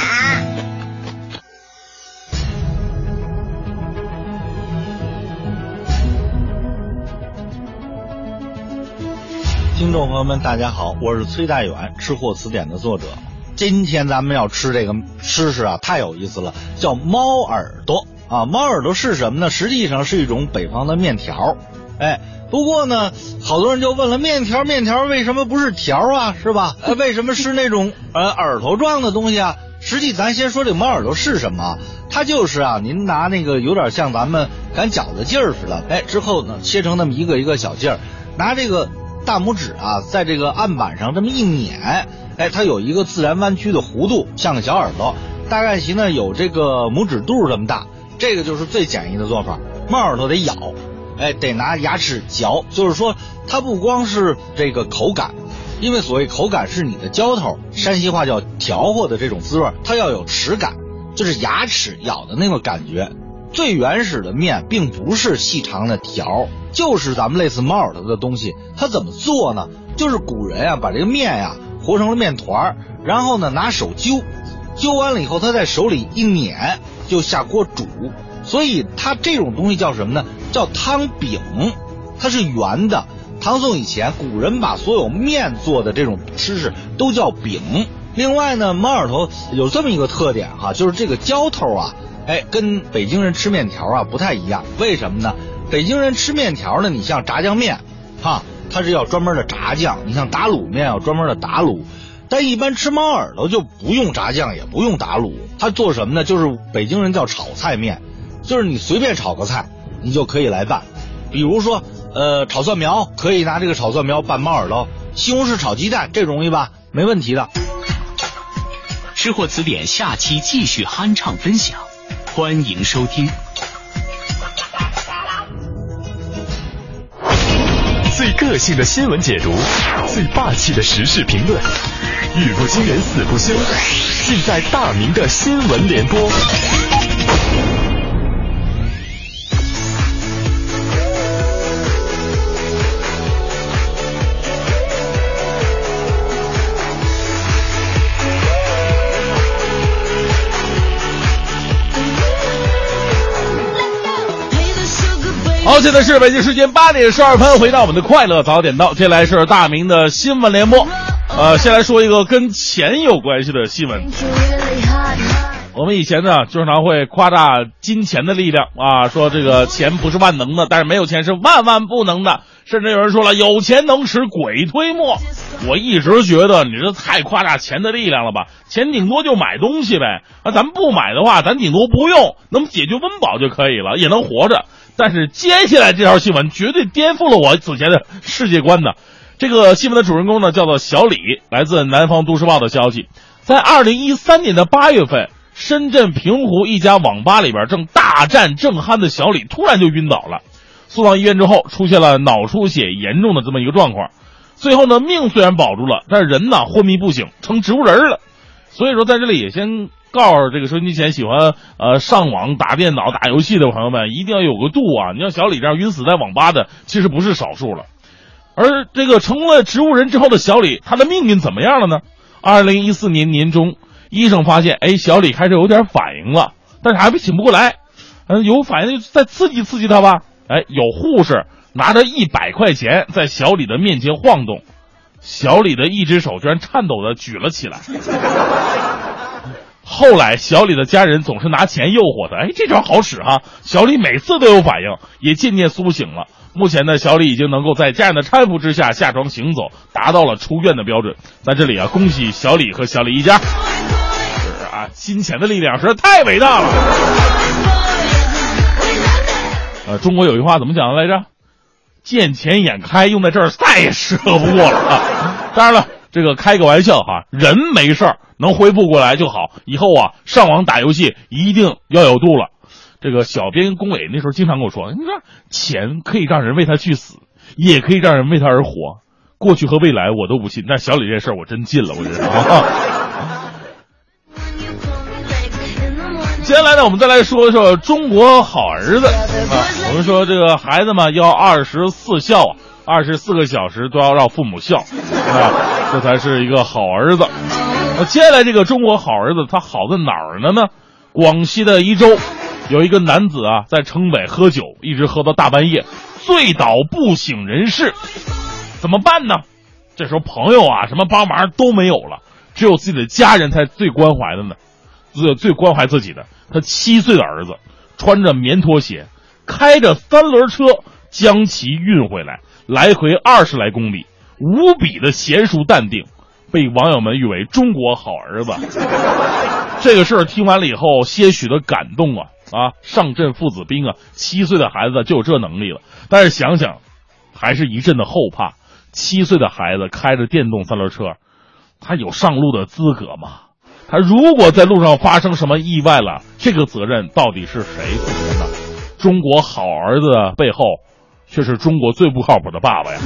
听众朋友们大家好，我是崔大远，吃货词典的作者。今天咱们要吃这个吃食啊，太有意思了，叫猫耳朵啊。猫耳朵是什么呢？实际上是一种北方的面条。不过呢，好多人就问了，面条为什么不是条啊，是吧？为什么是那种耳朵状的东西啊？实际咱先说这猫耳朵是什么，它就是啊，您拿那个有点像咱们擀饺子劲儿似的，之后呢切成那么一个一个小劲儿，拿这个大拇指啊，在这个案板上这么一捻，它有一个自然弯曲的弧度，像个小耳朵，大概其呢有这个拇指肚这么大。这个就是最简易的做法。猫耳朵得咬，得拿牙齿嚼，就是说它不光是这个口感，因为所谓口感是你的嚼头，山西话叫调和的这种滋味，它要有齿感，就是牙齿咬的那个感觉。最原始的面并不是细长的条，就是咱们类似猫耳朵的东西。它怎么做呢？就是古人啊把这个面呀和成了面团，然后呢拿手揪完了以后，他在手里一捻就下锅煮。所以它这种东西叫什么呢？叫汤饼，它是圆的。唐宋以前古人把所有面做的这种吃食都叫饼。另外呢，猫耳朵有这么一个特点哈，就是这个浇头啊跟北京人吃面条啊不太一样。为什么呢？北京人吃面条呢，你像炸酱面它是要专门的炸酱，你像打卤面要专门的打卤。但一般吃猫耳朵就不用炸酱，也不用打卤，它做什么呢？就是北京人叫炒菜面，就是你随便炒个菜你就可以来拌。比如说炒蒜苗，可以拿这个炒蒜苗拌猫耳朵。西红柿炒鸡蛋，这容易吧？没问题的。 吃货词典下期继续酣畅分享，欢迎收听。 最个性的新闻解读，最霸气的时事评论，语不惊人死不休，尽在大明的新闻联播。 好，现在是北京时间8点12分，回到我们的快乐早点到，接下来是大明的新闻联播。先来说一个跟钱有关系的新闻。我们以前呢经常会夸大金钱的力量啊，说这个钱不是万能的，但是没有钱是万万不能的，甚至有人说了有钱能使鬼推磨。我一直觉得你这太夸大钱的力量了吧，钱顶多就买东西呗，咱们不买的话咱顶多不用，能解决温饱就可以了，也能活着。但是接下来这条新闻绝对颠覆了我此前的世界观的。这个新闻的主人公呢叫做小李，来自南方都市报的消息。在2013年的8月份，深圳平湖一家网吧里边正大战正酣的小李突然就晕倒了，送到医院之后出现了脑出血严重的这么一个状况。最后呢命虽然保住了，但是人呢昏迷不醒，成植物人了。所以说在这里也先告诉这个收音机前喜欢上网打电脑打游戏的朋友们，一定要有个度啊！你像小李这样晕死在网吧的其实不是少数了。 而这个成了植物人之后的小李，他的命运怎么样了呢？2014年年中，医生发现，小李开始有点反应了，但是还没醒不过来。有反应就再刺激刺激他吧。有护士拿着100块钱在小李的面前晃动，小李的一只手居然颤抖的举了起来。后来小李的家人总是拿钱诱惑他，这招好使哈，小李每次都有反应，也渐渐苏醒了。目前呢，小李已经能够在家人的搀扶之下下床行走，达到了出院的标准。在这里啊，恭喜小李和小李一家。金钱的力量实在太伟大了。中国有句话怎么讲来着？见钱眼开，用在这儿再也适合不过了啊！当然了，这个开个玩笑哈，人没事儿能恢复过来就好。以后啊，上网打游戏一定要有度了。这个小编龚伟那时候经常跟我说，你说钱可以让人为他去死，也可以让人为他而活。过去和未来我都不信，但小李这事儿我真信了，我觉得啊。接下来呢，我们再来说说中国好儿子我们说这个孩子嘛，要24孝，24个小时都要让父母孝这才是一个好儿子。接下来这个中国好儿子他好在哪儿呢？广西的宜州有一个男子在城北喝酒，一直喝到大半夜，醉倒不省人事。怎么办呢？这时候朋友什么帮忙都没有了，只有自己的家人才最关怀的呢，最关怀自己的。他7岁的儿子穿着棉拖鞋，开着3轮车将其运回来，来回20来公里，无比的娴熟淡定，被网友们誉为中国好儿子。这个事儿听完了以后，些许的感动上阵父子兵7岁的孩子就有这能力了。但是想想还是一阵的后怕，7岁的孩子开着电动3轮车，他有上路的资格吗？他如果在路上发生什么意外了，这个责任到底是谁负责呢？中国好儿子的背后却是中国最不靠谱的爸爸呀。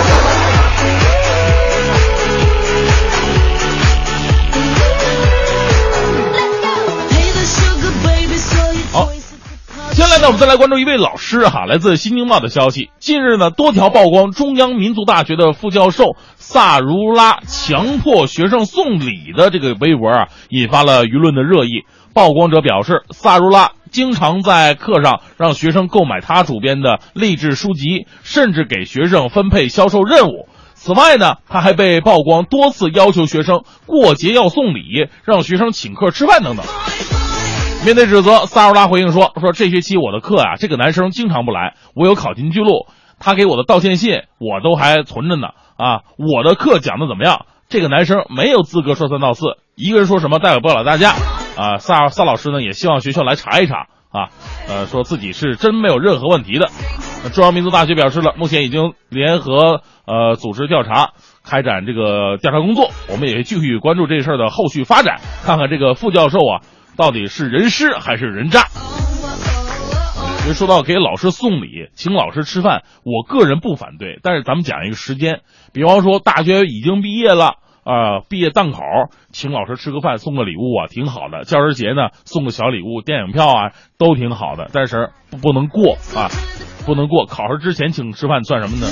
好，接下来呢，我们再来关注一位老师来自新京报的消息。近日呢，多条曝光中央民族大学的副教授萨如拉强迫学生送礼的这个微博引发了舆论的热议。曝光者表示，萨如拉经常在课上让学生购买他主编的励志书籍，甚至给学生分配销售任务。此外呢，他还被曝光多次要求学生过节要送礼，让学生请客吃饭等等。面对指责，萨如拉回应说这学期我的课这个男生经常不来，我有考勤记录，他给我的道歉信我都还存着呢我的课讲的怎么样？这个男生没有资格说三道四，一个人说什么代表不了大家萨老师呢也希望学校来查一查说自己是真没有任何问题的。中央民族大学表示了，目前已经联合组织调查，开展这个调查工作。我们也会继续关注这事儿的后续发展，看看这个副教授到底是人师还是人渣。因为说到给老师送礼，请老师吃饭，我个人不反对，但是咱们讲一个时间，比方说大学已经毕业了毕业档口，请老师吃个饭，送个礼物挺好的。教师节呢，送个小礼物，电影票都挺好的。但是不能过不能过。考试之前请吃饭算什么呢？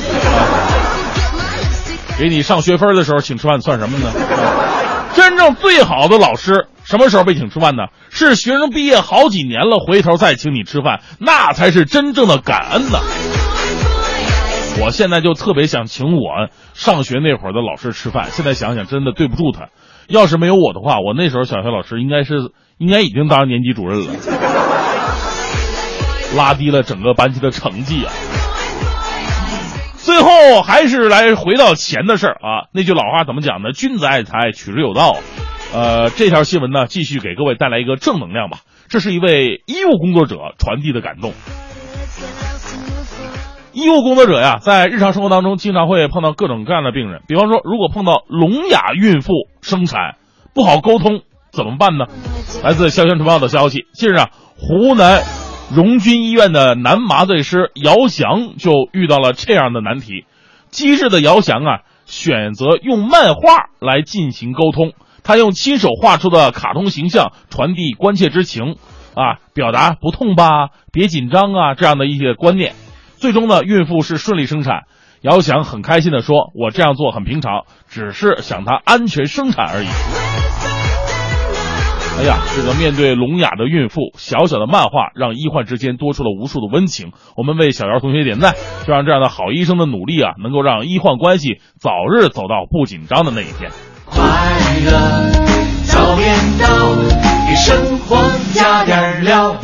给你上学分的时候请吃饭算什么呢？真正最好的老师什么时候被请吃饭呢？是学生毕业好几年了，回头再请你吃饭，那才是真正的感恩呢。我现在就特别想请我上学那会儿的老师吃饭，现在想想真的对不住他。要是没有我的话，我那时候小学老师应该已经当年级主任了，拉低了整个班级的成绩最后还是来回到钱的事儿那句老话怎么讲呢？君子爱财，取之有道。这条新闻呢，继续给各位带来一个正能量吧。这是一位医务工作者传递的感动。医务工作者在日常生活当中经常会碰到各种各样的病人，比方说，如果碰到聋哑孕妇生产不好沟通怎么办呢？来自《潇湘晨报》的消息，近日湖南荣军医院的男麻醉师姚翔就遇到了这样的难题。机智的姚翔选择用漫画来进行沟通，他用亲手画出的卡通形象传递关切之情表达不痛吧，别紧张这样的一些观念。最终呢，孕妇是顺利生产。 姚翔很开心地说，我这样做很平常，只是想他安全生产而已。哎呀，这个面对聋哑的孕妇，小小的漫画让医患之间多出了无数的温情。我们为小姚同学点赞，就让这样的好医生的努力能够让医患关系早日走到不紧张的那一天。 快乐早点到，给生活加点料。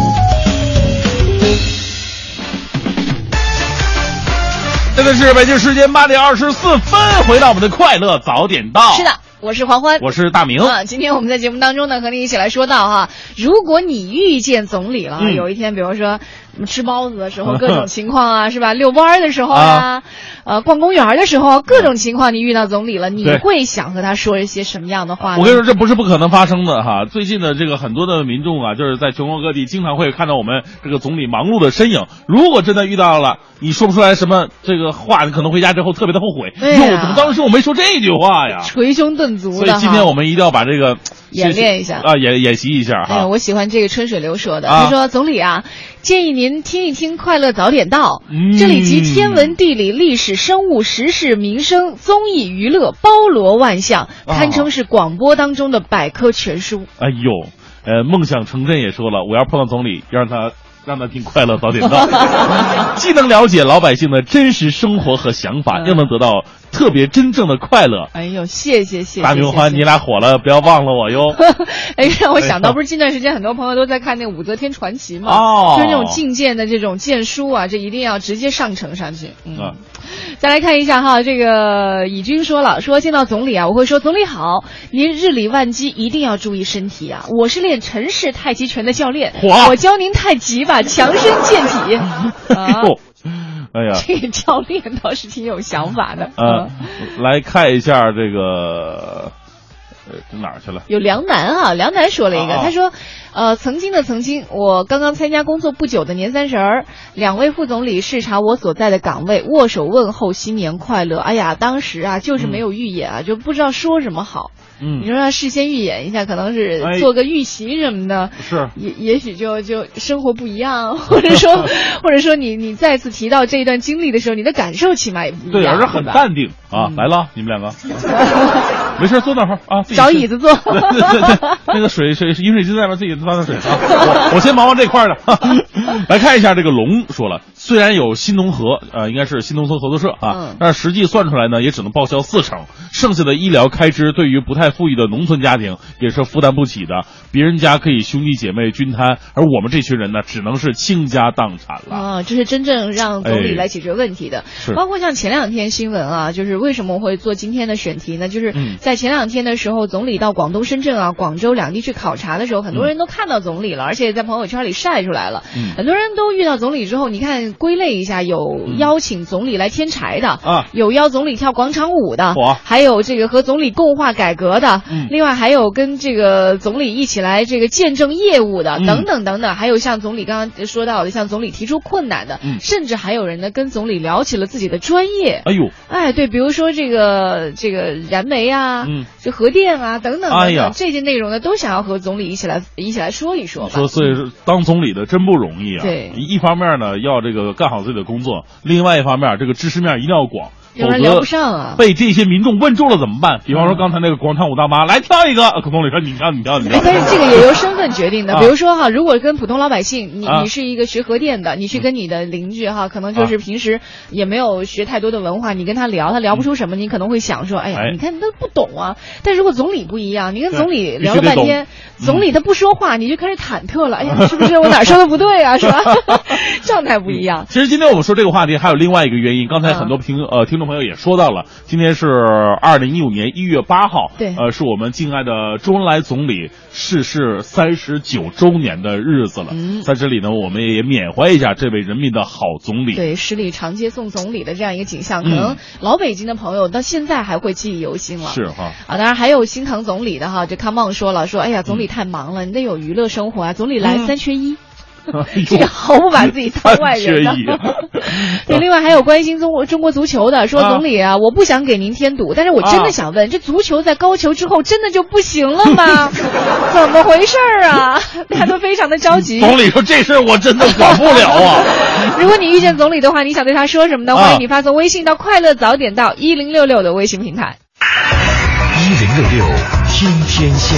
现在是北京时间8点24分，回到我们的快乐早点到。 是的。我是黄欢， 我是大明。 今天我们在节目当中呢，和你一起来说到哈，如果你遇见总理了，有一天，比如说吃包子的时候，各种情况啊，是吧？遛弯的时候呀，逛公园的时候，各种情况，你遇到总理了，你会想和他说一些什么样的话呢？ 我跟你说，这不是不可能发生的哈。最近的这个很多的民众就是在全国各地经常会看到我们这个总理忙碌的身影。如果真的遇到了，你说不出来什么这个话，你可能回家之后特别的后悔。哟，怎么当时我没说这句话呀？ 捶胸顿足的。 所以今天我们一定要把这个演练一下演习一下哈。 哎，我喜欢这个春水流说的，他说总理建议您听一听《快乐早点到》，这里集天文、地理、历史、生物、时事、民生、综艺、娱乐，包罗万象，堪称是广播当中的百科全书。 哎呦，梦想成真也说了，我要碰到总理，让他听《快乐早点到》，既能了解老百姓的真实生活和想法，又能得到特别真正的快乐。 哎呦，谢谢大明欢，你俩火了，不要忘了我哟。 哎，让我想到，不是近段时间很多朋友都在看那个武则天传奇嘛？就是那种觐见的这种荐书啊，这一定要直接上呈上去。再来看一下哈，这个以军说了，说见到总理我会说总理好，您日理万机，一定要注意身体啊！我是练陈氏太极拳的教练，我教您太极吧，强身健体。 哎呀， 这个教练倒是挺有想法的。 来看一下这个，这哪儿去了？ 有梁楠梁楠说了一个，他说，曾经的曾经，我刚刚参加工作不久的年30，两位副总理视察我所在的岗位，握手问候新年快乐。哎呀，当时就是没有预演就不知道说什么好。你说让事先预演一下，可能是做个预习什么的， 是也许就生活不一样，或者说你再次提到这一段经历的时候，你的感受起码也不一样， 对，而是很淡定来了，你们两个没事坐那会儿找椅子坐。 对，那个水饮水机在那自己端点水我先忙这块的。来看一下这个龙说了，虽然有新农合应该是新农村合作社但是实际算出来呢，也只能报销40%，剩下的医疗开支对于不太富裕的农村家庭也是负担不起的。别人家可以兄弟姐妹均摊，而我们这群人呢，只能是倾家荡产了。 这是真正让总理来解决问题的。包括像前两天新闻就是为什么会做今天的选题呢？就是在前两天的时候，总理到广东深圳广州两地去考察的时候，很多人都看到总理了，而且在朋友圈里晒出来了。很多人都遇到总理之后，你看归类一下，有邀请总理来添柴的有邀总理跳广场舞的还有这个和总理共话改革的另外还有跟这个总理一起来这个见证业务的等等等等，还有像总理刚刚说到的，像总理提出困难的甚至还有人呢跟总理聊起了自己的专业。对，比如说这个燃煤这核电等等等等这些内容呢，都想要和总理一起来说一说吧。 所以当总理的真不容易对， 一方面呢要这个干好自己的工作，另外一方面这个知识面一定要广， 有人聊不上被这些民众问住了怎么办？比方说刚才那个广场舞大妈来跳一个，总理说你跳。 但是这个也由身份决定的。比如说如果跟普通老百姓，你是一个学核电的，你去跟你的邻居可能就是平时也没有学太多的文化，你跟他聊不出什么，你可能会想说，哎呀，你看他不懂但如果总理不一样，你跟总理聊了半天，总理他不说话，你就开始忐忑了，哎呀，是不是我哪说的不对是吧？状态不一样。 其实今天我们说这个话题还有另外一个原因，刚才很多听众朋友也说到了，今天是2015年1月8号， 对， 是我们敬爱的周恩来总理逝世39周年的日子了。在这里呢，我们也缅怀一下这位人民的好总理。 对，十里长街送总理的这样一个景象，可能老北京的朋友到现在还会记忆犹新了。 是当然还有心疼总理的这 Come on 说了，说哎呀，总理太忙了，你得有娱乐生活总理来3缺1。这个毫不把自己当外人的。 对，另外还有关心中国足球的，说总理啊，我不想给您添堵，但是我真的想问，这足球在高球之后真的就不行了吗？怎么回事啊？大家都非常的着急。 总理说这事儿我真的管不了啊。 如果你遇见总理的话，你想对他说什么呢？欢迎你发送微信到快乐早点到1066的微信平台。 1066听天下。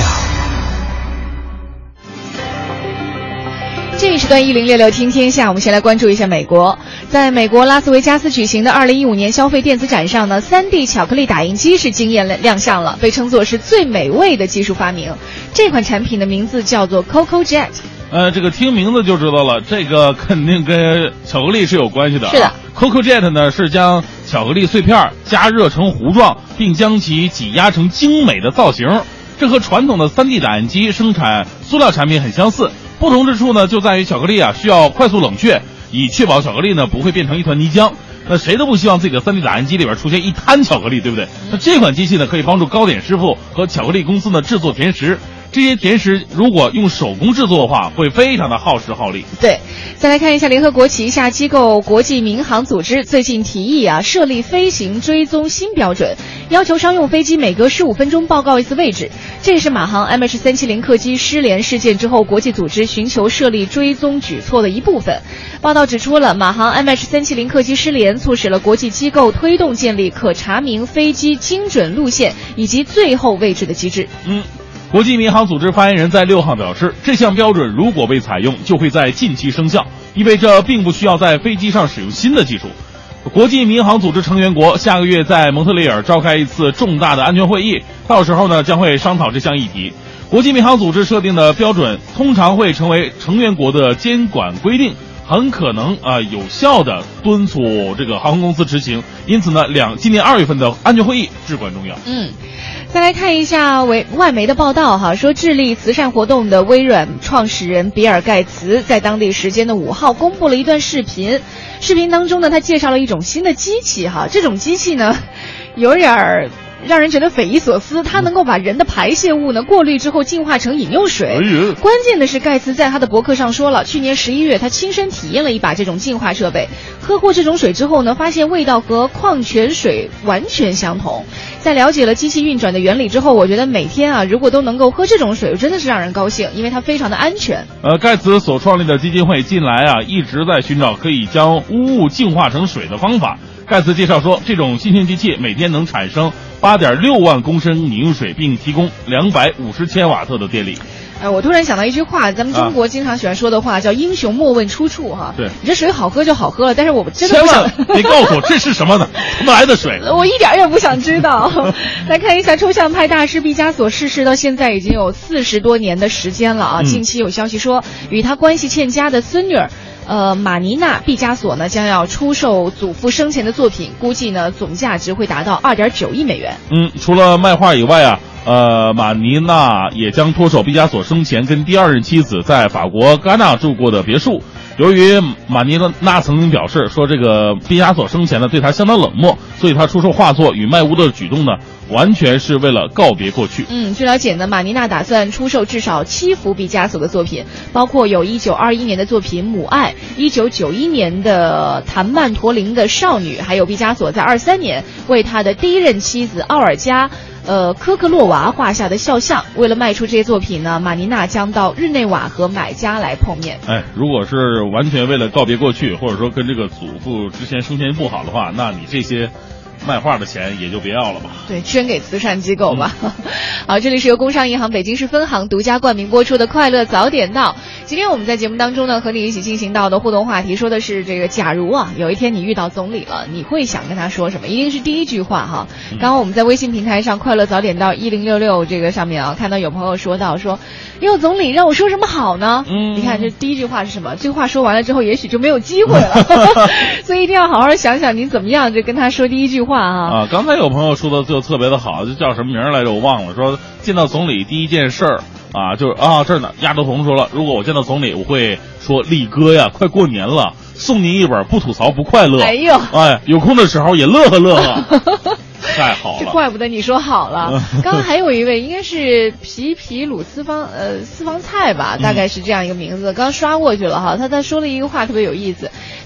这一时段1066听天下，我们先来关注一下美国。在美国拉斯维加斯举行的2015年消费电子展上呢，3D 巧克力打印机是惊艳亮相了，被称作是最美味的技术发明。这款产品的名字叫做 Coco Jet。 这个听名字就知道了，这个肯定跟巧克力是有关系的。 是的 ，Coco Jet 呢是将巧克力碎片加热成糊状，并将其挤压成精美的造型。这和传统的3D 打印机生产塑料产品很相似。不同之处呢，就在于巧克力需要快速冷却，以确保巧克力呢不会变成一团泥浆。那谁都不希望自己的3D 打印机里边出现一滩巧克力，对不对？那这款机器呢，可以帮助糕点师傅和巧克力公司呢制作甜食。这些甜食如果用手工制作的话，会非常的耗时耗力。 对，再来看一下联合国旗下机构国际民航组织最近提议设立飞行追踪新标准，要求商用飞机每隔15分钟报告一次位置。这是马航 MH370 客机失联事件之后，国际组织寻求设立追踪举措的一部分。报道指出了，马航 MH370 客机失联促使了国际机构推动建立可查明飞机精准路线以及最后位置的机制。 国际民航组织发言人在6号表示，这项标准如果被采用，就会在近期生效，意味着并不需要在飞机上使用新的技术。国际民航组织成员国下个月在蒙特利尔召开一次重大的安全会议，到时候呢将会商讨这项议题。国际民航组织设定的标准通常会成为成员国的监管规定，很可能有效的敦促这个航空公司执行。因此呢，今年2月份的安全会议至关重要。 再来看一下外媒的报道说致力慈善活动的微软创始人比尔盖茨在当地时间的5号公布了一段视频。视频当中呢，他介绍了一种新的机器这种机器呢，有点让人觉得匪夷所思，它能够把人的排泄物呢过滤之后净化成饮用水。关键的是盖茨在他的博客上说了，去年11月他亲身体验了一把这种净化设备，喝过这种水之后呢，发现味道和矿泉水完全相同。在了解了机器运转的原理之后，我觉得每天如果都能够喝这种水，真的是让人高兴，因为它非常的安全。 盖茨所创立的基金会近来一直在寻找可以将污物净化成水的方法。盖茨介绍说，这种新型机器每天能产生8.6万公升饮用水，并提供250千瓦特的电力。 我突然想到一句话，咱们中国经常喜欢说的话，叫英雄莫问出处对， 你这水好喝就好喝了，但是我真的不想你告诉我这是什么呢？怎么来的水？ 我一点也不想知道。来看一下抽象派大师毕加索逝世到现在已经有40多年的时间了近期有消息说，与他关系欠佳的孙女马尼娜·毕加索呢将要出售祖父生前的作品，估计呢总价值会达到2.9亿美元。 除了卖画以外马尼娜也将脱手毕加索生前跟第2任妻子在法国戛纳住过的别墅。由于马尼娜曾经表示说，这个毕加索生前呢对他相当冷漠，所以他出售画作与卖屋的举动呢，完全是为了告别过去。 据了解呢，马尼娜打算出售至少7幅毕加索的作品，包括有1921年的作品《母爱》，1991年的谭曼陀林的少女，还有毕加索在23年为他的第1任妻子奥尔加科克洛娃画下的肖像。为了卖出这些作品呢，马尼娜将到日内瓦和买家来碰面。 如果是完全为了告别过去，或者说跟这个祖父之前生前不好的话，那你这些卖画的钱也就别要了吧。 对，捐给慈善机构吧。好，这里是由工商银行北京市分行独家冠名播出的快乐早点到。今天我们在节目当中呢，和你一起进行到的互动话题说的是这个，假如有一天你遇到总理了，你会想跟他说什么？一定是第一句话刚刚我们在微信平台上快乐早点到1066这个上面看到有朋友说到说，哟，总理让我说什么好呢？你看这第一句话是什么？这个话说完了之后，也许就没有机会了。所以一定要好好想想你怎么样就跟他说第一句话刚才有朋友说的就特别的好，就叫什么名来着我忘了，说见到总理第一件事儿就是这儿呢，丫头同说了，如果我见到总理，我会说，李哥呀，快过年了，送您一本不吐槽不快乐。有空的时候也乐呵乐呵。太好了， 这怪不得你说好了。刚刚还有一位应该是皮鲁私房菜吧，大概是这样一个名字。刚刷过去了他说了一个话特别有意思，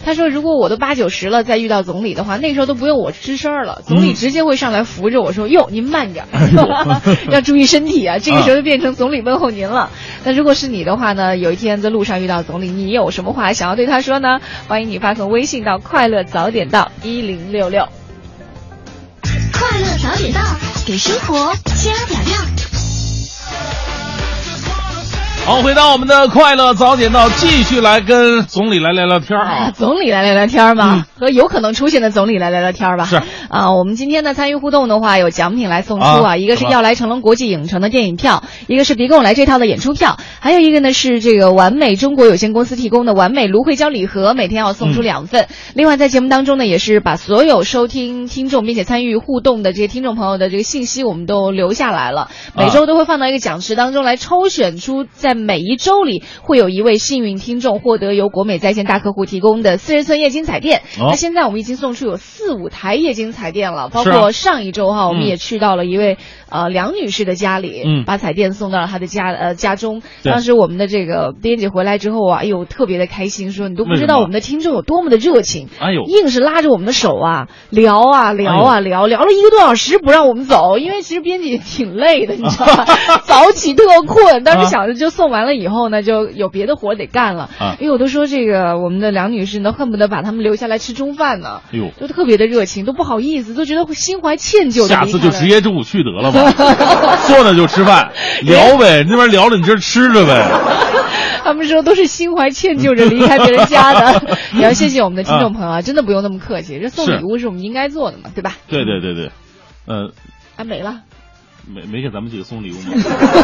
他说如果我都8、9十了再遇到总理的话，那时候都不用我吱声了，总理直接会上来扶着我说哟您慢点，要注意身体啊，这个时候就变成总理问候您了。那如果是你的话呢，有一天在路上遇到总理，你有什么话想要对他说呢？欢迎你发送微信到快乐早点到1066。 快乐早点到，给生活加点料。 好，回到我们的快乐早点到，继续来跟总理来聊聊天啊。 总理来聊聊天吗？和有可能出现的总理来聊聊天吧。 是啊，我们今天呢参与互动的话，有奖品来送出啊，一个是要来成龙国际影城的电影票，一个是别跟我来这套的演出票，还有一个呢是这个完美中国有限公司提供的完美芦荟胶礼盒，每天要送出2份。另外在节目当中呢，也是把所有收听听众并且参与互动的这些听众朋友的这个信息我们都留下来了，每周都会放到一个奖池当中来抽选出在每一周里会有一位幸运听众获得由国美在线大客户提供的40寸液晶彩电。那现在我们已经送出有4、5台液晶彩电了，包括上一周我们也去到了一位梁女士的家里，把彩电送到了她的家中。当时我们的这个编辑回来之后啊，哎呦特别的开心，说你都不知道我们的听众有多么的热情， 哎呦， 硬是拉着我们的手啊聊了1个多小时不让我们走，因为其实编辑挺累的，你知道吗？早起特困，当时想着就送完了以后呢，就有别的活得干了。因为我都说这个我们的梁女士呢，恨不得把他们留下来吃中饭呢，都特别的热情，都不好意思，都觉得心怀歉疚的。 下次就直接中午去得了吧，坐那就吃饭聊呗，那边聊着你这吃着呗。 他们说都是心怀歉疚着离开别人家的，也要谢谢我们的听众朋友啊，真的不用那么客气，这送礼物是我们应该做的嘛，对吧？ 对， 没了， 没给咱们几个送礼物吗？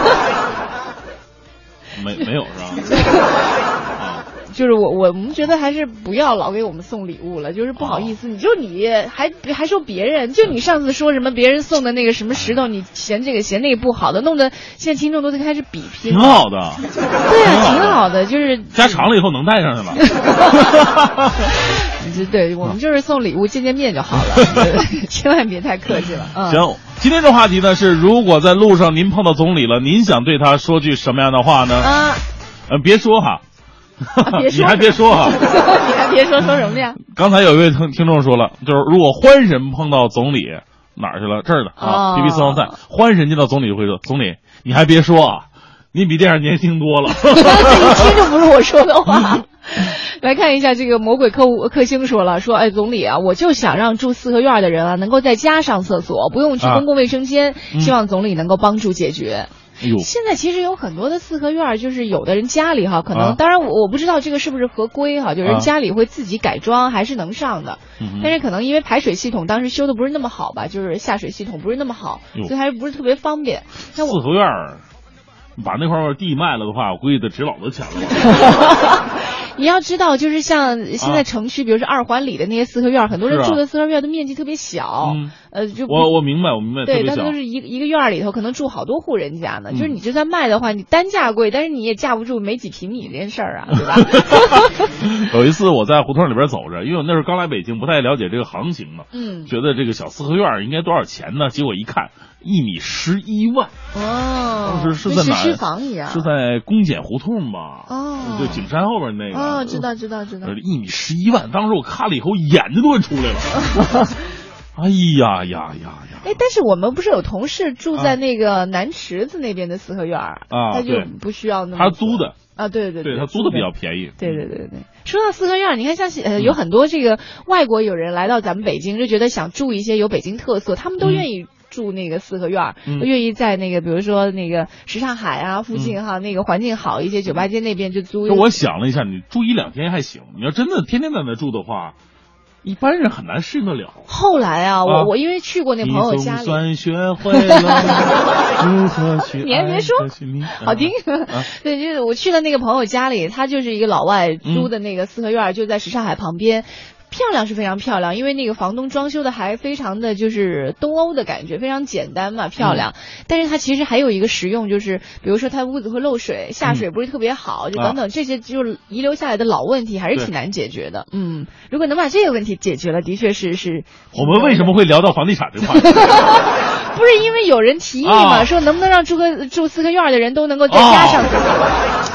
没有是吧？ 就是我们觉得还是不要老给我们送礼物了，就是不好意思，你还说别人，就你上次说什么别人送的那个什么石头，你嫌这个嫌那个不好的，弄得现在听众都在开始比拼。 挺好的， 对啊，挺好的，就是加长了以后能带上去了。 对，我们就是送礼物见面就好了，千万别太客气了。 行，今天的话题呢是，如果在路上您碰到总理了，您想对他说句什么样的话呢？别说哈。你还别说哈， 你还别说什么呀？ 刚才有一位听众说了，就是如果欢神碰到总理哪儿去了？这儿的啊 ，BB 4王赛，欢神见到总理就会说，总理你还别说啊，你比电视年轻多了。 一听就不是我说的话。来看一下这个魔鬼克星说了，说哎总理啊，我就想让住4合院的人啊能够在家上厕所，不用去公共卫生间，希望总理能够帮助解决。现在其实有很多的4合院，就是有的人家里可能，当然我不知道这个是不是合规就人家里会自己改装还是能上的，但是可能因为排水系统当时修的不是那么好吧，就是下水系统不是那么好，所以还是不是特别方便。 4合院把那块地卖了的话，我估计得值老多钱了。 你要知道，就是像现在城区，比如说2环里的那些4合院，很多人住的4合院的面积特别小，就我明白， 对，他们都是一个院里头可能住好多户人家呢。就是你就算卖的话，你单价贵，但是你也架不住没几平米这件事儿啊，对吧？ 有一次我在胡同里边走着，因为我那时候刚来北京，不太了解这个行情嘛，觉得这个小4合院应该多少钱呢？结果一看，1米11万当时是在哪？ 跟学区房一样， 是在公检胡同吧？就景山后边那个。 知道。 1米11万，当时我看了以后眼睛都快出来了。哎呀！ 但是我们不是有同事住在那个南池子那边的4合院他就不需要那么。 他租的对， 他租的比较便宜。 对。说到4合院，你看像有很多这个外国友人来到咱们北京，就觉得想住一些有北京特色，他们都愿意住那个4合院，愿意在那个比如说那个什刹海附近那个环境好一些酒吧街那边就租。 我想了一下，你住1-2天还行，你要真的天天在那住的话，一般人很难适应得了。 后来我因为去过那朋友家里， 你总算学会了如何去爱。 你还别说，好听。对，就是我去了那个朋友家里，他就是一个老外租的那个4合院，就在什刹海旁边。漂亮是非常漂亮，因为那个房东装修的还非常的就是东欧的感觉，非常简单嘛，漂亮。但是它其实还有一个实用，就是比如说它屋子会漏水，下水不是特别好，就等等这些就是遗留下来的老问题，还是挺难解决的。如果能把这个问题解决了，的确是。 我们为什么会聊到房地产这块？ 不是因为有人提议嘛，说能不能让住4合院的人都能够在家上厕所。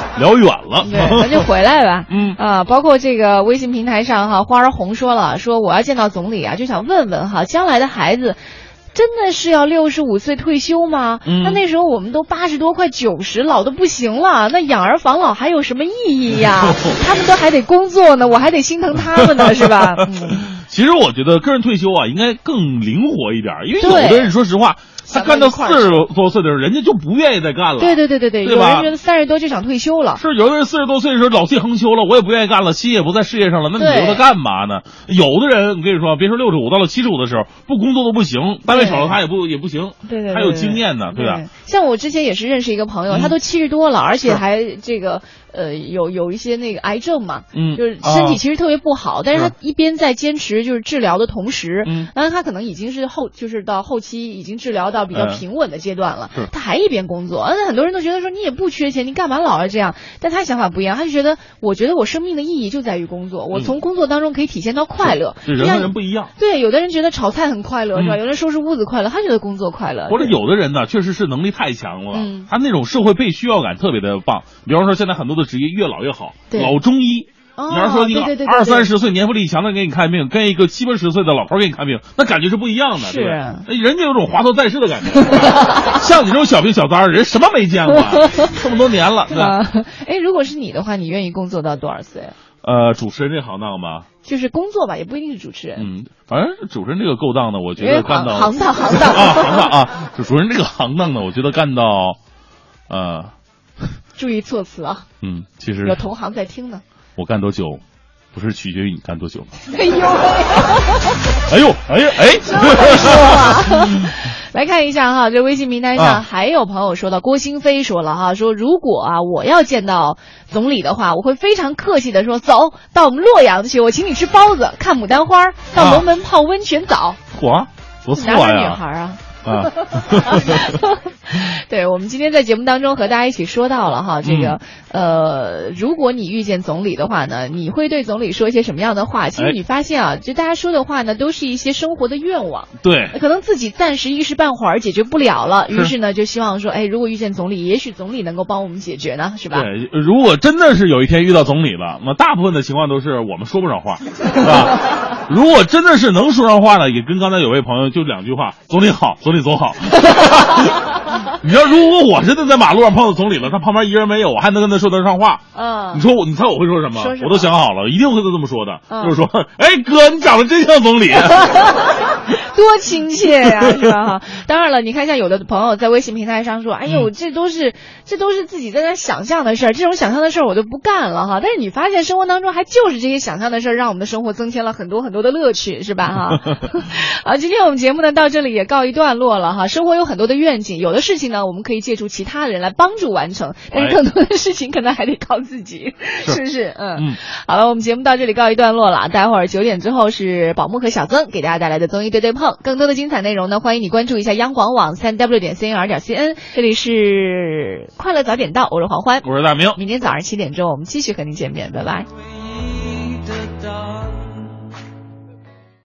聊远了。 对，咱就回来吧。 嗯包括这个微信平台上哈，花儿红说了，说我要见到总理啊，就想问问哈，将来的孩子真的是要65岁退休吗？那时候我们都80多快90，老的不行了，那养儿防老还有什么意义呀？他们都还得工作呢，我还得心疼他们呢，是吧？ 其实我觉得个人退休啊，应该更灵活一点，因为有的人说实话，他干到40多岁的时候，人家就不愿意再干了。 对， 对有人觉得30多就想退休了。 是，有的人40多岁的时候老气横秋了，我也不愿意干了，心也不在事业上了，那你留他干嘛呢？有的人我跟你说，别说65，到了75的时候，不工作都不行，单位少了他也不行。 对， 还有经验呢，对吧？ 像我之前也是认识一个朋友，他都70多了，而且还这个。有一些那个癌症嘛，就是身体其实特别不好，但是他一边在坚持就是治疗的同时，当然他可能已经是就是到后期已经治疗到比较平稳的阶段了，他还一边工作。那很多人都觉得说你也不缺钱，你干嘛老是这样？但他想法不一样，他就觉得我生命的意义就在于工作，我从工作当中可以体现到快乐。 人和人不一样。 对，有的人觉得炒菜很快乐，是吧？有人收拾屋子快乐，他觉得工作快乐。 或者有的人呢，确实是能力太强了，他那种社会被需要感特别的棒。比方说现在很多的职业越老越好，老中医。你要说一个20、30岁年富力强的给你看病，跟一个70、80岁的老头给你看病，那感觉是不一样的，对吧？人家有种华佗在世的感觉。像你这种小病小灾人什么没见过，这么多年了，对吧？ 如果是你的话，你愿意工作到多少岁？ 主持人这行当吧， 就是工作吧，也不一定是主持人。 反正主持人这个勾当呢，我觉得干到行当啊，主持人这个行当呢，我觉得干到注意措辞啊。 其实有同行在听呢。 我干多久，不是取决于你干多久。 哎呦，来看一下哈，这微信名单上还有朋友说到，郭兴飞说了哈，说如果我要见到总理的话，我会非常客气的说，走到我们洛阳去，我请你吃包子，看牡丹花，到龙门泡温泉澡。 嚯，不错呀！ 哪个女孩啊？对，我们今天在节目当中和大家一起说到了哈，这个如果你遇见总理的话呢，你会对总理说一些什么样的话？其实你发现啊，就大家说的话呢，都是一些生活的愿望。 对， 可能自己暂时一时半会儿解决不了了，于是呢就希望说，如果遇见总理，也许总理能够帮我们解决呢，是吧？ 对，如果真的是有一天遇到总理了，那大部分的情况都是我们说不上话，是吧？如果真的是能说上话呢，也跟刚才有位朋友就2句话：总理好，总理总好。你要如果我真的在马路上碰到总理了，他旁边一人没有，我还能跟他说得上话？你猜我会说什么？我都想好了，一定会这么说的，就是说，哥，你长得真像总理。 多亲切呀，是吧？当然了，你看像有的朋友在微信平台上说，这都是自己在那想象的事儿，这种想象的事儿我就不干了哈。但是你发现生活当中还就是这些想象的事儿，让我们的生活增添了很多很多的乐趣，是吧？哈。好，今天我们节目呢到这里也告一段落了哈。生活有很多的愿景，有的事情呢我们可以借助其他人来帮助完成，但是更多的事情可能还得靠自己，是不是？好了，我们节目到这里告一段落了。待会儿9点之后是宝木和小曾给大家带来的综艺对对碰。更多的精彩内容呢，欢迎你关注一下央广网3w.cnr.cn。这里是快乐早点到，我是黄欢， 我是大明。 明天早上7点钟我们继续和您见面，拜拜。